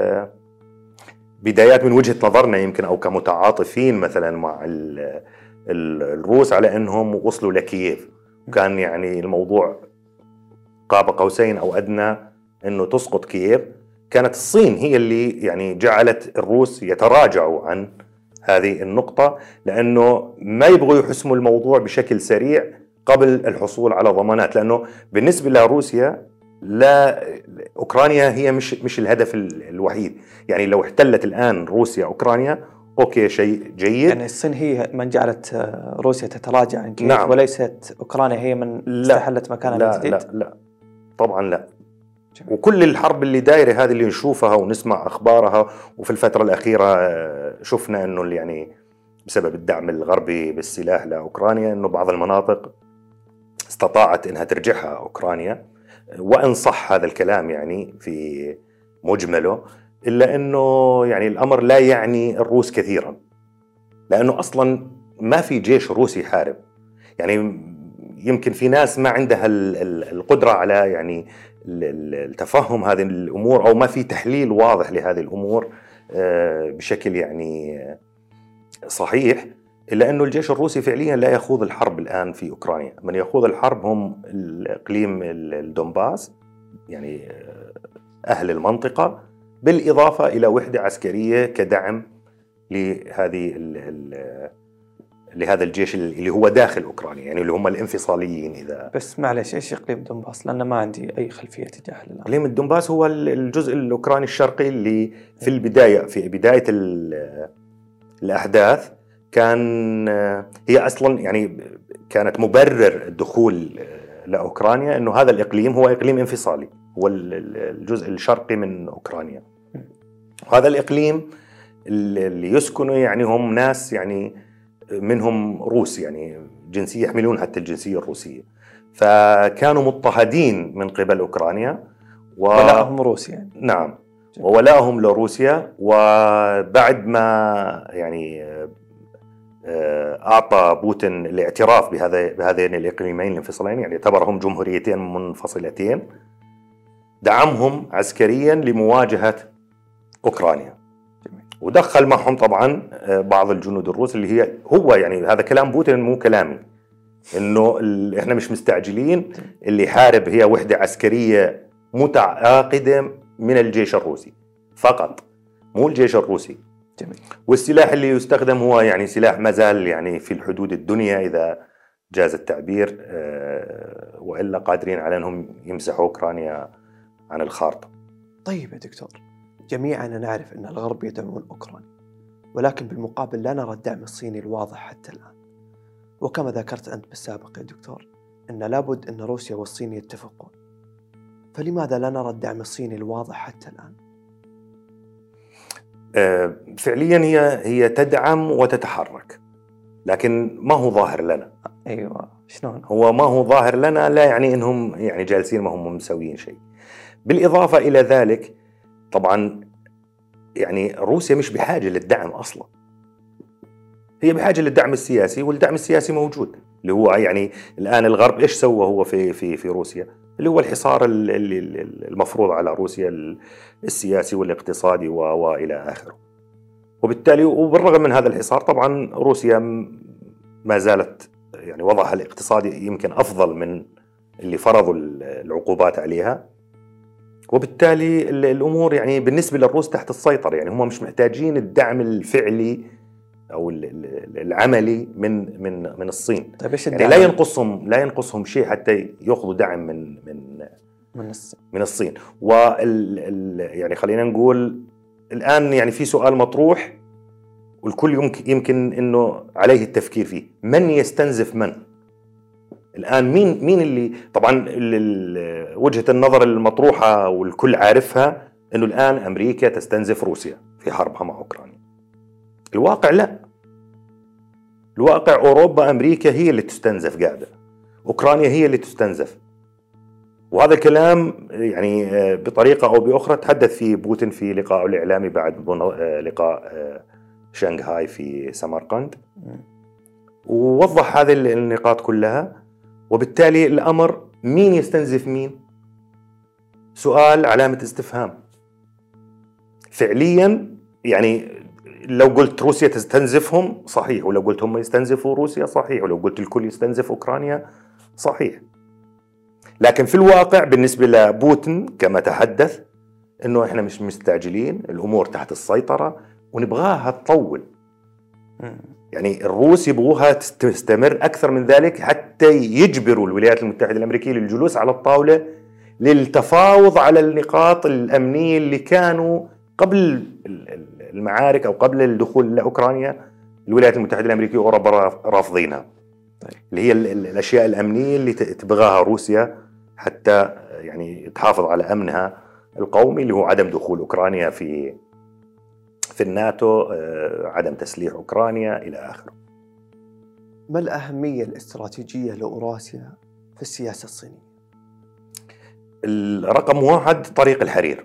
بدايات من وجهة نظرنا يمكن أو كمتعاطفين مثلا مع الروس على أنهم وصلوا لكييف، وكان يعني الموضوع قاب قوسين أو أدنى أنه تسقط كييف. كانت الصين هي اللي يعني جعلت الروس يتراجعوا عن هذه النقطة، لأنه ما يبغوا يحسموا الموضوع بشكل سريع قبل الحصول على ضمانات. لأنه بالنسبة لروسيا لا، أوكرانيا هي مش الهدف الوحيد. يعني لو احتلت الآن روسيا أوكرانيا أوكي، شيء جيد. يعني الصين هي من جعلت روسيا تتراجع عن كييف. نعم. وليست أوكرانيا هي من استحلت مكانها الجديد. لا طبعا لا. وكل الحرب اللي دايرة هذه اللي نشوفها ونسمع أخبارها، وفي الفترة الأخيرة شفنا أنه يعني بسبب الدعم الغربي بالسلاح لأوكرانيا أنه بعض المناطق استطاعت أنها ترجعها أوكرانيا. وإن صح هذا الكلام يعني في مجمله، إلا أنه يعني الأمر لا يعني الروس كثيرا، لأنه أصلا ما في جيش روسي يحارب. يعني يمكن في ناس ما عندها القدرة على يعني التفهم هذه الأمور، أو ما في تحليل واضح لهذه الأمور بشكل يعني صحيح. إلا أنه الجيش الروسي فعليا لا يخوض الحرب الآن في أوكرانيا. من يخوض الحرب هم الإقليم الدونباس، يعني أهل المنطقة، بالإضافة إلى وحدة عسكرية كدعم لهذا الجيش اللي هو داخل أوكرانيا، يعني اللي هم الانفصاليين. إذا بس معلش، إيش إقليم دونباس؟ لأن ما عندي أي خلفية تجاه الآن. إقليم الدونباس هو الجزء الأوكراني الشرقي اللي في بداية الأحداث كان هي أصلا يعني كانت مبرر الدخول لأوكرانيا أنه هذا الإقليم هو إقليم انفصالي، هو الجزء الشرقي من أوكرانيا. وهذا الإقليم اللي يسكنوا يعني هم ناس يعني منهم روس، يعني جنسية يحملون حتى الجنسية الروسية، فكانوا مضطهدين من قبل أوكرانيا ولاهم روسيا يعني. نعم، وولاهم لروسيا. وبعد ما يعني أعطى بوتين الاعتراف بهذين الإقليمين الانفصالين، يعني اعتبرهم جمهوريتين منفصلتين، دعمهم عسكريا لمواجهة أوكرانيا. ودخل معهم طبعا بعض الجنود الروس اللي هو يعني هذا كلام بوتين مو كلامي، إنه إحنا مش مستعجلين، اللي حارب هي وحدة عسكرية متعاقدة من الجيش الروسي فقط، مو الجيش الروسي. جميل. والسلاح اللي يستخدم هو يعني سلاح ما زال يعني في الحدود الدنيا إذا جاز التعبير، وإلا قادرين على أنهم يمسحوا أوكرانيا عن الخارطة. طيب يا دكتور، جميعنا نعرف أن الغرب يدعمون أوكرانيا، ولكن بالمقابل لا نرى الدعم الصيني الواضح حتى الآن. وكما ذكرت أنت بالسابق يا دكتور أن لابد أن روسيا والصين يتفقون، فلماذا لا نرى الدعم الصيني الواضح حتى الآن؟ فعليا هي تدعم وتتحرك، لكن ما هو ظاهر لنا. أيوة، شلون؟ هو ما هو ظاهر لنا لا يعني أنهم يعني جالسين ما هم مسويين شيء. بالإضافة إلى ذلك طبعا يعني روسيا مش بحاجة للدعم أصلا، هي بحاجة للدعم السياسي، والدعم السياسي موجود، اللي هو يعني الآن الغرب إيش سوى هو في روسيا، اللي هو الحصار المفروض على روسيا السياسي والاقتصادي وإلى آخره. وبالتالي وبالرغم من هذا الحصار طبعا روسيا ما زالت يعني وضعها الاقتصادي يمكن أفضل من اللي فرضوا العقوبات عليها، وبالتالي الأمور يعني بالنسبة للروس تحت السيطرة. يعني هم مش محتاجين الدعم الفعلي أو العملي من الصين. طيب إيش يعني لا ينقصهم شيء حتى يأخذوا دعم من الصين. يعني خلينا نقول الآن يعني في سؤال مطروح والكل يمكن إنه عليه التفكير فيه، من يستنزف من؟ الآن مين اللي طبعا وجهة النظر المطروحة والكل عارفها إنه الآن أمريكا تستنزف روسيا في حربها مع أوكرانيا. الواقع لا، الواقع أوروبا أمريكا هي اللي تستنزف قاعدة، أوكرانيا هي اللي تستنزف. وهذا الكلام يعني بطريقة أو بأخرى تحدث فيه بوتين في لقائه الإعلامي بعد لقاء شنغهاي في سمرقند، ووضح هذه النقاط كلها. وبالتالي الأمر مين يستنزف مين سؤال علامة استفهام. فعليا يعني لو قلت روسيا تستنزفهم صحيح، ولو قلت هم يستنزفوا روسيا صحيح، ولو قلت الكل يستنزف أوكرانيا صحيح. لكن في الواقع بالنسبة لبوتين كما تحدث إنه إحنا مش مستعجلين، الأمور تحت السيطرة ونبغاها تطول. يعني الروس يبغوها تستمر أكثر من ذلك حتى يجبروا الولايات المتحدة الأمريكية للجلوس على الطاولة للتفاوض على النقاط الأمنية اللي كانوا قبل المعارك أو قبل الدخول لأوكرانيا الولايات المتحدة الأمريكية وأوروبا رافضينها، اللي هي الأشياء الأمنية اللي تبغاها روسيا حتى يعني تحافظ على أمنها القومي، اللي هو عدم دخول أوكرانيا في الناتو، عدم تسليح أوكرانيا إلى آخره. ما الأهمية الاستراتيجية لأوراسيا في السياسة الصينية؟ الرقم 1 طريق الحرير.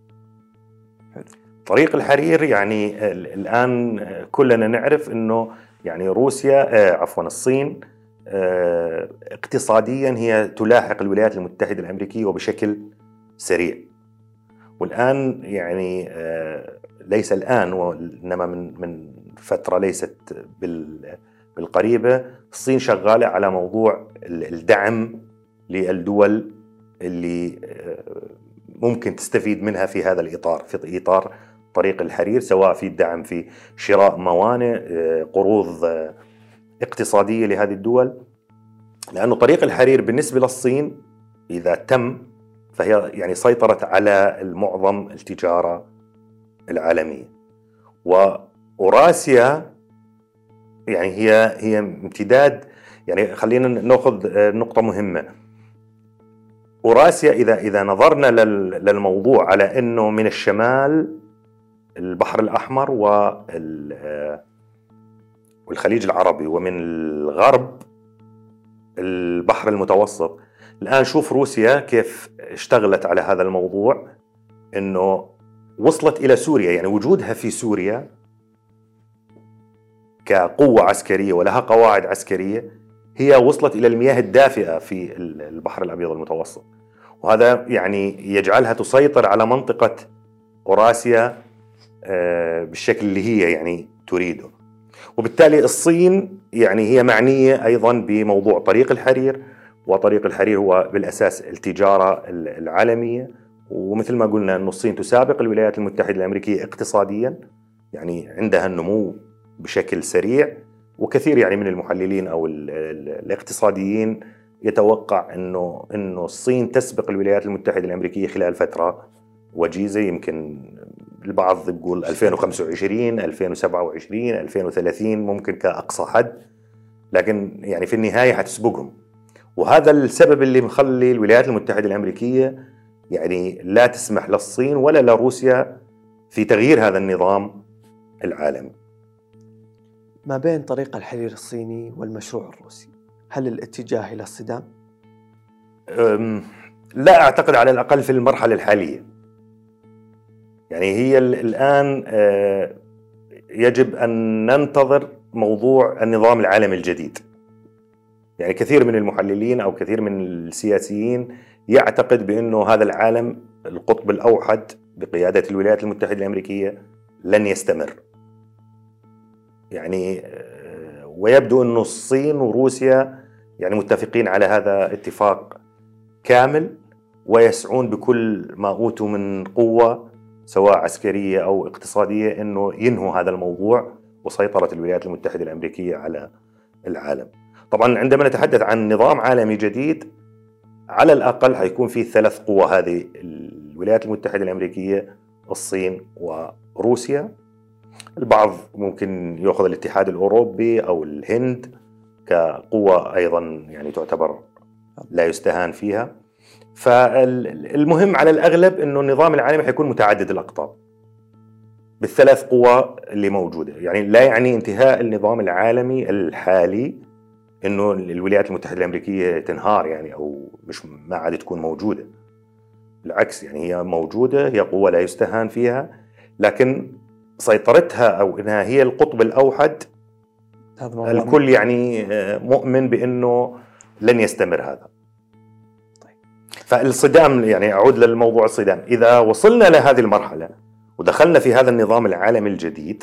طريق الحرير يعني الآن كلنا نعرف أنه يعني الصين اقتصاديا هي تلاحق الولايات المتحدة الأمريكية وبشكل سريع. والآن يعني ليس الآن وإنما من فترة ليست بالقريبة الصين شغالة على موضوع الدعم للدول اللي ممكن تستفيد منها في هذا الإطار، في إطار طريق الحرير، سواء في الدعم في شراء موانئ، قروض اقتصادية لهذه الدول. لأنه طريق الحرير بالنسبة للصين إذا تم فهي يعني سيطرت على معظم التجارة العالمية. وأوراسيا يعني هي امتداد. يعني خلينا نأخذ نقطة مهمة. أوراسيا إذا نظرنا للموضوع على أنه من الشمال البحر الأحمر والخليج العربي، ومن الغرب البحر المتوسط. الآن شوف روسيا كيف اشتغلت على هذا الموضوع، أنه وصلت إلى سوريا. يعني وجودها في سوريا كقوة عسكرية ولها قواعد عسكرية هي وصلت إلى المياه الدافئة في البحر الأبيض المتوسط، وهذا يعني يجعلها تسيطر على منطقة أوراسيا بالشكل اللي هي يعني تريده. وبالتالي الصين يعني هي معنية أيضا بموضوع طريق الحرير، وطريق الحرير هو بالأساس التجارة العالمية. ومثل ما قلنا أن الصين تسابق الولايات المتحدة الأمريكية اقتصاديا، يعني عندها النمو بشكل سريع، وكثير يعني من المحللين أو الاقتصاديين يتوقع إنه الصين تسبق الولايات المتحدة الأمريكية خلال فترة وجيزة. يمكن البعض يقول 2025 2027 2030 ممكن كأقصى حد، لكن يعني في النهاية حتسبقهم. وهذا السبب اللي مخلي الولايات المتحدة الأمريكية يعني لا تسمح للصين ولا لروسيا في تغيير هذا النظام العالمي. ما بين طريق الحرير الصيني والمشروع الروسي، هل الاتجاه إلى الصدام؟ لا أعتقد، على الأقل في المرحلة الحالية. يعني هي الآن يجب أن ننتظر موضوع النظام العالمي الجديد. يعني كثير من المحللين أو كثير من السياسيين يعتقد بأنه هذا العالم القطب الأوحد بقيادة الولايات المتحدة الأمريكية لن يستمر. يعني ويبدو أنه الصين وروسيا يعني متفقين على هذا اتفاق كامل، ويسعون بكل ما أوتوا من قوة سواء عسكرية أو اقتصادية أنه ينهوا هذا الموضوع وسيطرة الولايات المتحدة الأمريكية على العالم. طبعا عندما نتحدث عن نظام عالمي جديد، على الأقل حيكون فيه 3 قوى، هذه الولايات المتحدة الأمريكية، الصين وروسيا. البعض ممكن يأخذ الاتحاد الأوروبي أو الهند كقوة أيضا يعني تعتبر لا يستهان فيها. فالمهم على الأغلب أنه النظام العالمي حيكون متعدد الأقطاب بال3 قوى اللي موجودة. يعني لا يعني انتهاء النظام العالمي الحالي أنه الولايات المتحدة الأمريكية تنهار يعني أو ما عاد تكون موجودة. بالعكس، يعني هي موجودة، هي قوة لا يستهان فيها، لكن سيطرتها أو أنها هي القطب الأوحد الكل يعني مؤمن بأنه لن يستمر هذا. فالصدام، يعني أعود للموضوع الصدام، إذا وصلنا لهذه المرحلة ودخلنا في هذا النظام العالمي الجديد،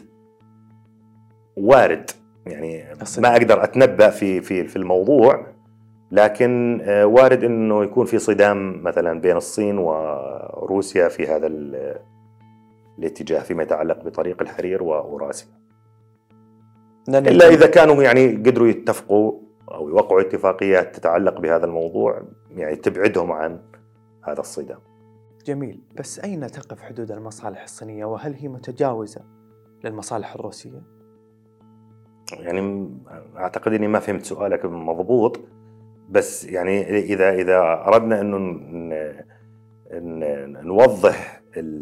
وارد يعني ما أقدر أتنبأ في الموضوع، لكن وارد أنه يكون في صدام مثلا بين الصين وروسيا في هذا الاتجاه فيما يتعلق بطريق الحرير وأوراسيا. إلا إذا كانوا يعني قدروا يتفقوا أو يوقعوا اتفاقيات تتعلق بهذا الموضوع يعني تبعدهم عن هذا الصدام. جميل، بس أين تقف حدود المصالح الصينية، وهل هي متجاوزة للمصالح الروسية؟ يعني أعتقد أني ما فهمت سؤالك مضبوط، بس يعني إذا أردنا أنه نوضح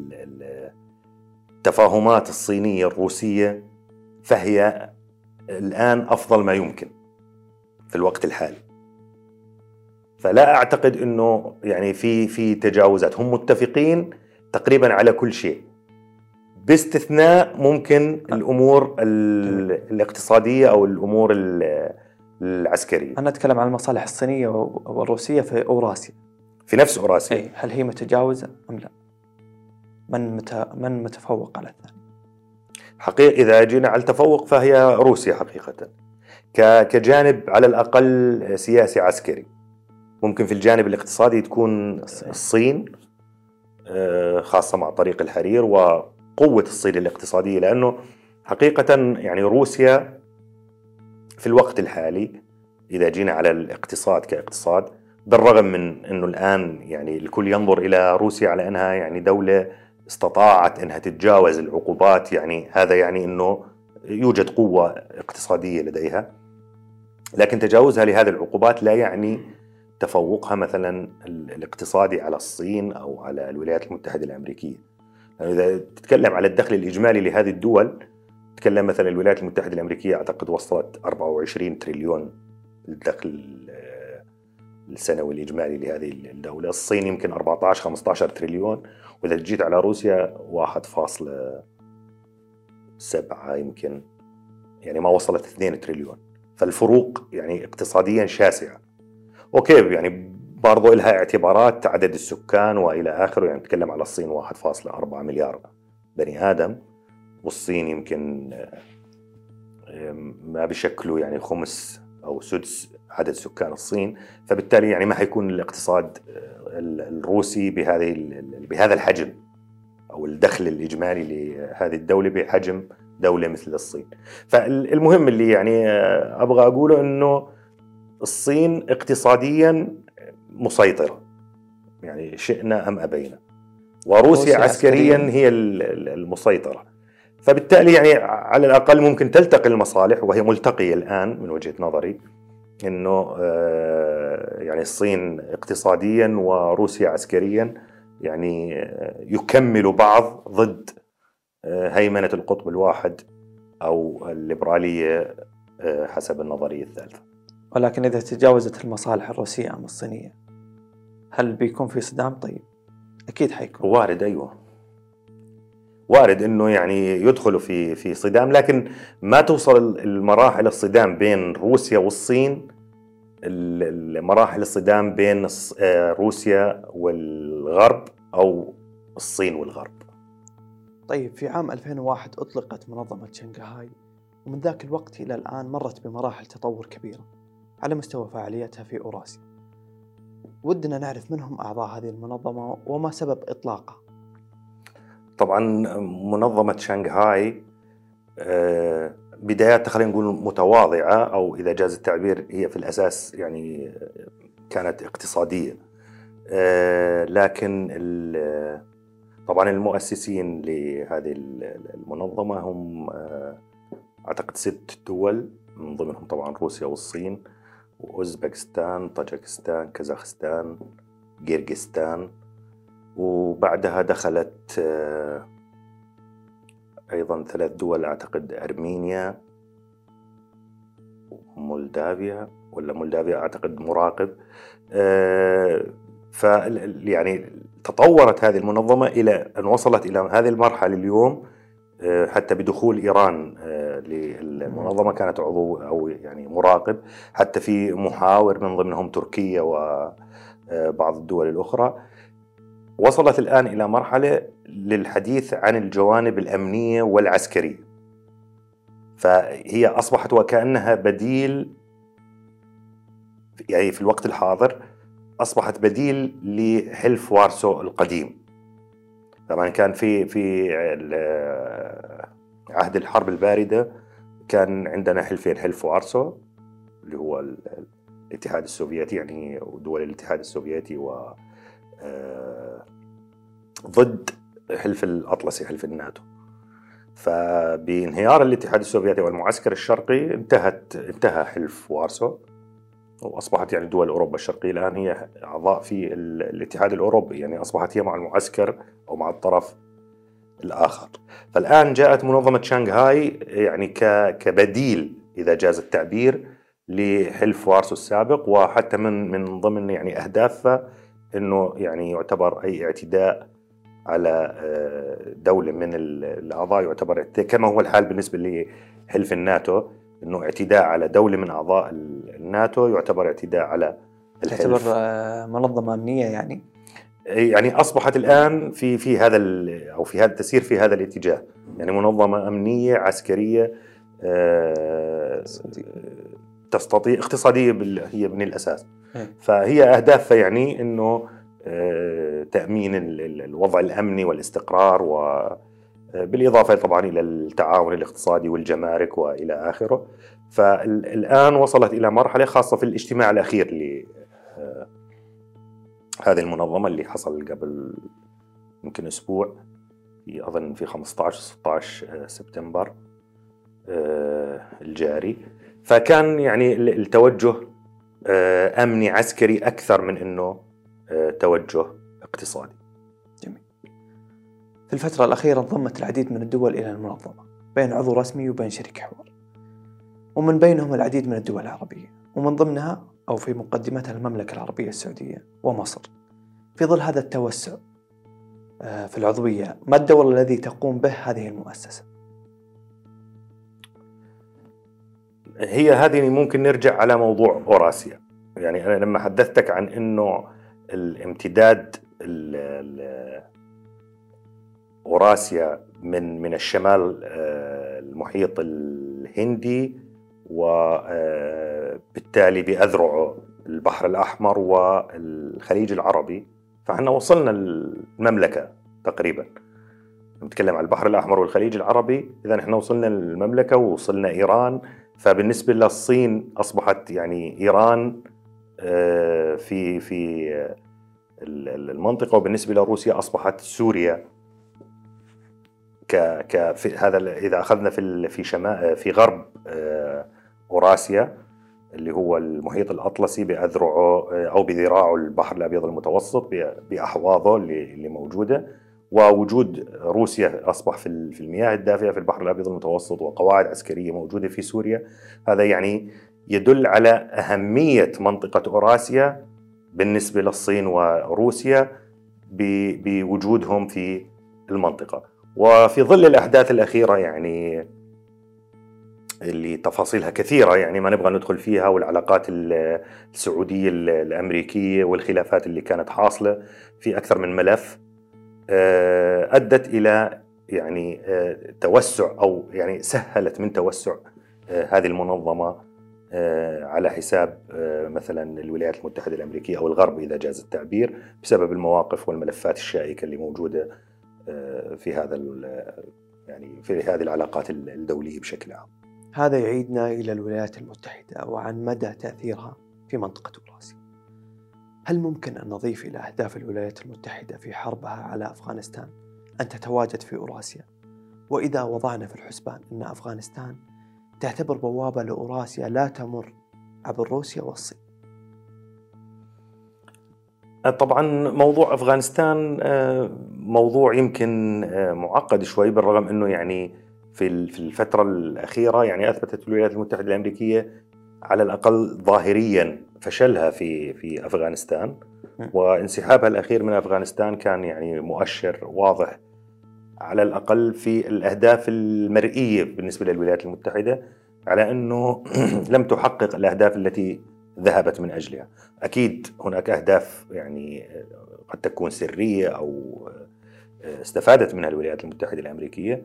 التفاهمات الصينية الروسية، فهي الآن أفضل ما يمكن في الوقت الحالي. فلا أعتقد أنه يعني في تجاوزات، هم متفقين تقريبا على كل شيء باستثناء ممكن الأمور الاقتصادية أو الأمور العسكرية. أنا أتكلم عن المصالح الصينية والروسية في أوراسيا، في نفس أوراسيا. هل هي متجاوزة أم لا؟ من متفوق على الثاني؟ حقيقة إذا جينا على التفوق فهي روسيا حقيقة، كجانب على الأقل سياسي عسكري. ممكن في الجانب الاقتصادي تكون الصين، خاصة مع طريق الحرير وقوة الصين الاقتصادية، لأنه حقيقة يعني روسيا في الوقت الحالي إذا جينا على الاقتصاد كاقتصاد، بالرغم من أنه الآن يعني الكل ينظر إلى روسيا على أنها يعني دولة استطاعت أنها تتجاوز العقوبات، يعني هذا يعني أنه يوجد قوة اقتصادية لديها، لكن تجاوزها لهذه العقوبات لا يعني تفوقها مثلا الاقتصادي على الصين أو على الولايات المتحدة الأمريكية. يعني إذا تتكلم على الدخل الإجمالي لهذه الدول، تتكلم مثلا الولايات المتحدة الأمريكية أعتقد وصلت 24 تريليون الدخل السنوي الإجمالي لهذه الدولة. الصين يمكن 14-15 تريليون، وإذا جيت على روسيا 1.7 يمكن، يعني ما وصلت 2 تريليون. فالفروق يعني اقتصاديا شاسعة. أوكي، يعني برضو لها اعتبارات عدد السكان وإلى آخره، يعني نتكلم على الصين 1.4 مليار بني آدم، والصين يمكن ما بشكله يعني 5 أو 6 عدد سكان الصين. فبالتالي يعني ما حيكون الاقتصاد الروسي بهذا الحجم أو الدخل الإجمالي لهذه الدولة بحجم دولة مثل الصين. فالمهم اللي يعني أبغى أقوله أنه الصين اقتصاديا مسيطرة، يعني شئنا أم أبينا، وروسيا عسكريا هي المسيطرة. فبالتالي يعني على الأقل ممكن تلتقي المصالح، وهي ملتقية الآن من وجهة نظري، أنه يعني الصين اقتصاديا وروسيا عسكريا يعني يكملوا بعض ضد هيمنة القطب الواحد أو الليبرالية حسب النظرية الثالثة. ولكن إذا تجاوزت المصالح الروسية أم الصينية هل بيكون في صدام؟ طيب أكيد حيكون وارد، أيوة وارد انه يعني يدخلوا في صدام، لكن ما توصل المراحل الصدام بين روسيا والصين المراحل الصدام بين روسيا والغرب او الصين والغرب. طيب في عام 2001 أطلقت منظمة شنغهاي، ومن ذاك الوقت إلى الآن مرت بمراحل تطور كبيرة على مستوى فعاليتها في أوراسيا. ودنا نعرف من هم أعضاء هذه المنظمة وما سبب إطلاقها. طبعا منظمة شنغهاي بدايات خلينا نقول متواضعة، أو إذا جاز التعبير هي في الأساس يعني كانت اقتصادية، لكن طبعا المؤسسين لهذه المنظمة هم أعتقد 6 دول، من ضمنهم طبعا روسيا والصين وأوزبكستان، طاجكستان، كازاخستان، قرغيزستان، وبعدها دخلت أيضا 3 دول أعتقد أرمينيا ومولدافيا أعتقد مراقب. يعني تطورت هذه المنظمة إلى أن وصلت إلى هذه المرحلة اليوم، حتى بدخول إيران للمنظمة كانت عضو أو يعني مراقب، حتى في محاور من ضمنهم تركيا وبعض الدول الأخرى. وصلت الآن إلى مرحلة للحديث عن الجوانب الأمنية والعسكرية، فهي أصبحت وكأنها بديل، يعني في الوقت الحاضر أصبحت بديل لحلف وارسو القديم. طبعا كان في عهد الحرب الباردة كان عندنا حلفين، حلف وارسو اللي هو الاتحاد السوفيتي يعني ودول الاتحاد السوفيتي، و ضد حلف الأطلسي حلف الناتو. فبانهيار الاتحاد السوفيتي والمعسكر الشرقي انتهى حلف وارسو، وأصبحت يعني دول أوروبا الشرقية الآن هي أعضاء في الاتحاد الأوروبي، يعني أصبحت هي مع المعسكر أو مع الطرف الآخر. فالآن جاءت منظمة شنغهاي يعني كبديل إذا جاز التعبير لحلف وارسو السابق، وحتى من ضمن يعني أهدافها أنه يعني يعتبر أي اعتداء على دولة من الأعضاء يعتبر كما هو الحال بالنسبة لحلف الناتو، أنه اعتداء على دولة من أعضاء الناتو يعتبر اعتداء على الحلف. تعتبر منظمة أمنية يعني أصبحت الآن في هذا أو في هذا تسير في هذا الاتجاه، يعني منظمة أمنية عسكرية تستطيع اقتصادية هي من الأساس. فهي أهدافها يعني أنه تأمين الوضع الأمني والاستقرار، وبالإضافة طبعا إلى التعاون الاقتصادي والجمارك وإلى آخره. فالآن وصلت إلى مرحلة خاصة في الاجتماع الأخير هذه المنظمة اللي حصل قبل يمكن أسبوع، أظن في 15-16 سبتمبر الجاري. فكان يعني التوجه أمني عسكري أكثر من أنه توجه اقتصادي. جميل. في الفترة الأخيرة انضمت العديد من الدول إلى المنظمة، بين عضو رسمي وبين شريك حوار، ومن بينهم العديد من الدول العربية، ومن ضمنها أو في مقدمتها المملكة العربية السعودية ومصر. في ظل هذا التوسع في العضوية، ما الدور الذي تقوم به هذه المؤسسة؟ هي هذه ممكن نرجع على موضوع أوراسيا. يعني أنا لما حدثتك عن أنه الامتداد أوراسيا من الشمال المحيط الهندي وبالتالي بأذرعه البحر الأحمر والخليج العربي، فإحنا وصلنا المملكة تقريبا نتكلم عن البحر الأحمر والخليج العربي، إذا إحنا وصلنا المملكة ووصلنا إيران. فبالنسبة للصين أصبحت يعني إيران في المنطقة، وبالنسبة لروسيا أصبحت سوريا في هذا. إذا أخذنا في غرب أوراسيا اللي هو المحيط الأطلسي بأذرعه أو بذراعه البحر الأبيض المتوسط بأحواضه اللي موجودة، ووجود روسيا أصبح في المياه الدافئة في البحر الأبيض المتوسط، وقواعد عسكرية موجودة في سوريا. هذا يعني يدل على أهمية منطقة أوراسيا بالنسبة للصين وروسيا بوجودهم في المنطقة. وفي ظل الأحداث الأخيرة يعني اللي تفاصيلها كثيرة، يعني ما نبغى ندخل فيها، والعلاقات السعودية الأمريكية والخلافات اللي كانت حاصلة في أكثر من ملف، أدت إلى يعني توسع، أو يعني سهلت من توسع هذه المنظمة على حساب مثلا الولايات المتحدة الأمريكية أو الغرب إذا جاز التعبير، بسبب المواقف والملفات الشائكة اللي موجودة في هذه العلاقات الدولية بشكل عام. هذا يعيدنا إلى الولايات المتحدة وعن مدى تأثيرها في منطقة أوراسيا. هل ممكن أن نضيف إلى أهداف الولايات المتحدة في حربها على أفغانستان أن تتواجد في أوراسيا؟ وإذا وضعنا في الحسبان أن أفغانستان تعتبر بوابة لأوراسيا لا تمر عبر روسيا والصين. طبعا موضوع أفغانستان موضوع يمكن معقد شوي، بالرغم أنه يعني في الفترة الأخيرة يعني أثبتت الولايات المتحدة الأمريكية على الأقل ظاهريا فشلها في أفغانستان، وانسحابها الأخير من أفغانستان كان يعني مؤشر واضح على الأقل في الأهداف المرئية بالنسبة للولايات المتحدة على أنه لم تحقق الأهداف التي ذهبت من أجلها. أكيد هناك أهداف يعني قد تكون سرية أو استفادت منها الولايات المتحدة الأمريكية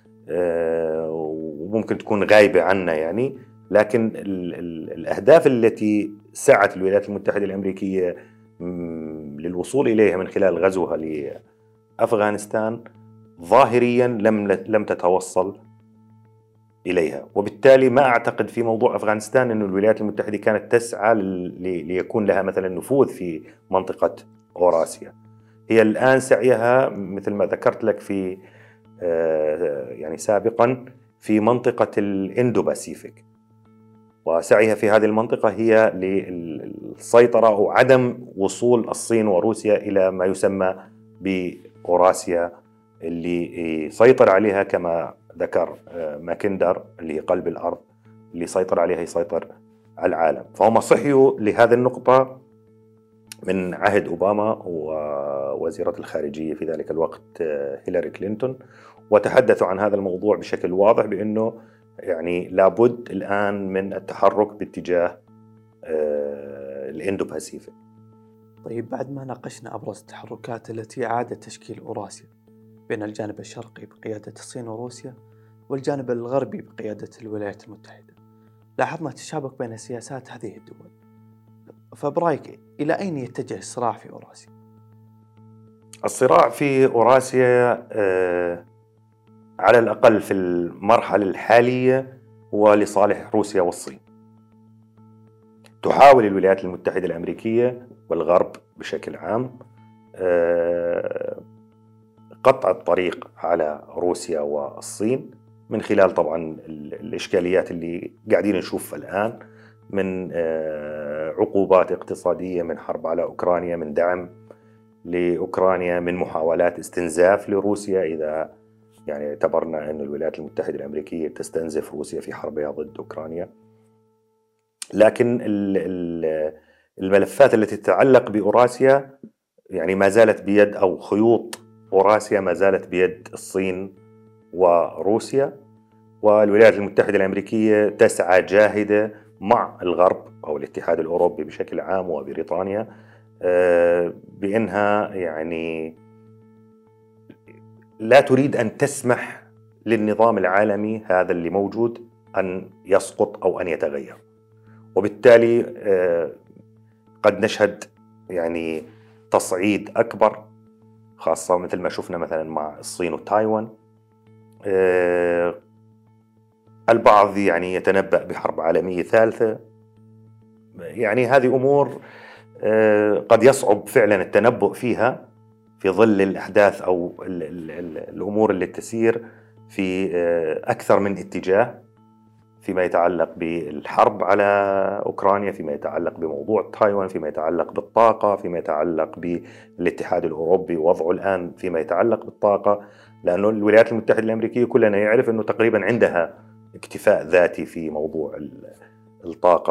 وممكن تكون غايبة عنا يعني، لكن الأهداف التي سعت الولايات المتحدة الأمريكية للوصول إليها من خلال غزوها لأفغانستان ظاهريا لم تتوصل إليها. وبالتالي ما أعتقد في موضوع أفغانستان أن الولايات المتحدة كانت تسعى ليكون لها مثلا نفوذ في منطقة أوراسيا. هي الآن سعيها مثل ما ذكرت لك في يعني سابقا في منطقة الإندو باسيفيك، وسعيها في هذه المنطقة هي للسيطرة أو عدم وصول الصين وروسيا إلى ما يسمى بأوراسيا اللي يسيطر عليها كما ذكر ماكندر اللي هي قلب الأرض، اللي يسيطر عليها يسيطر على العالم. فهم صحيوا لهذه النقطة من عهد أوباما ووزيرة الخارجية في ذلك الوقت هيلاري كلينتون، وتحدثوا عن هذا الموضوع بشكل واضح بأنه يعني لابد الآن من التحرك باتجاه الإندو باسيفيك. طيب، بعد ما ناقشنا أبرز التحركات التي أعادت تشكيل أوراسيا بين الجانب الشرقي بقيادة الصين وروسيا والجانب الغربي بقيادة الولايات المتحدة، لاحظنا تشابك بين سياسات هذه الدول. فبرايك إلى أين يتجه الصراع في أوراسيا؟ الصراع في أوراسيا على الأقل في المرحلة الحالية هو لصالح روسيا والصين. تحاول الولايات المتحدة الأمريكية والغرب بشكل عام قطع الطريق على روسيا والصين من خلال طبعا الإشكاليات اللي قاعدين نشوفها الآن، من عقوبات اقتصادية، من حرب على أوكرانيا، من دعم لأوكرانيا، من محاولات استنزاف لروسيا إذا يعني اعتبرنا أن الولايات المتحدة الأمريكية تستنزف روسيا في حربها ضد أوكرانيا. لكن الملفات التي تتعلق بأوراسيا يعني ما زالت بيد، أو خيوط أوراسيا ما زالت بيد الصين وروسيا، والولايات المتحدة الأمريكية تسعى جاهدة مع الغرب أو الاتحاد الأوروبي بشكل عام وبريطانيا بأنها يعني لا تريد أن تسمح للنظام العالمي هذا اللي موجود أن يسقط أو أن يتغير. وبالتالي قد نشهد يعني تصعيد أكبر خاصة مثل ما شفنا مثلا مع الصين وتايوان. البعض يعني يتنبأ بحرب عالمية ثالثة. يعني هذه أمور قد يصعب فعلا التنبؤ فيها في ظل الأحداث أو الأمور اللي تسير في أكثر من اتجاه، فيما يتعلق بالحرب على أوكرانيا، فيما يتعلق بموضوع تايوان، فيما يتعلق بالطاقة، فيما يتعلق بالاتحاد الأوروبي ووضعه الآن فيما يتعلق بالطاقة. لأنه الولايات المتحدة الأمريكية كلنا يعرف أنه تقريبا عندها اكتفاء ذاتي في موضوع الطاقة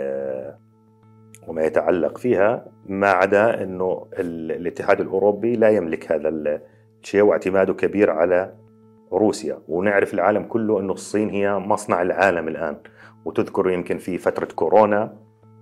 وما يتعلق فيها، ما عدا أنه الاتحاد الأوروبي لا يملك هذا الشيء واعتماده كبير على روسيا. ونعرف العالم كله أنه الصين هي مصنع العالم الآن. وتذكر يمكن في فترة كورونا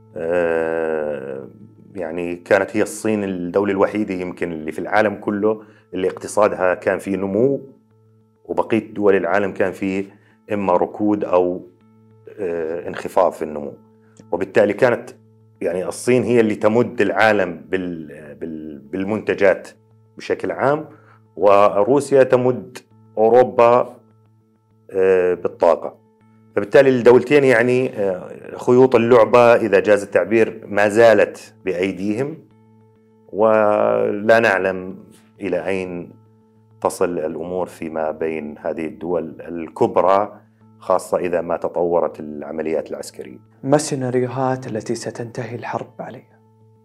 يعني كانت هي الصين الدولة الوحيدة يمكن اللي في العالم كله اللي اقتصادها كان فيه نمو، وبقية دول العالم كان فيه إما ركود أو انخفاض في النمو. وبالتالي كانت يعني الصين هي اللي تمد العالم بالمنتجات بشكل عام، وروسيا تمد أوروبا بالطاقة. فبالتالي الدولتين يعني خيوط اللعبة إذا جاز التعبير ما زالت بأيديهم، ولا نعلم إلى أين تصل الأمور فيما بين هذه الدول الكبرى، خاصة إذا ما تطورت العمليات العسكرية. ما السيناريوهات التي ستنتهي الحرب عليها؟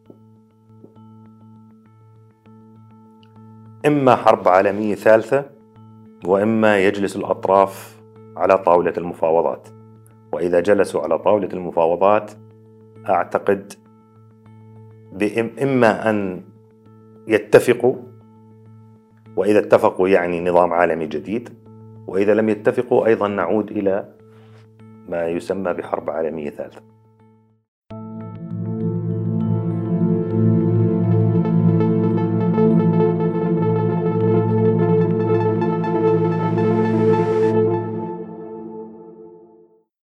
إما حرب عالمية ثالثة، وإما يجلس الأطراف على طاولة المفاوضات. وإذا جلسوا على طاولة المفاوضات أعتقد إما أن يتفقوا، وإذا اتفقوا يعني نظام عالمي جديد، وإذا لم يتفقوا أيضا نعود إلى ما يسمى بحرب عالمية ثالثة.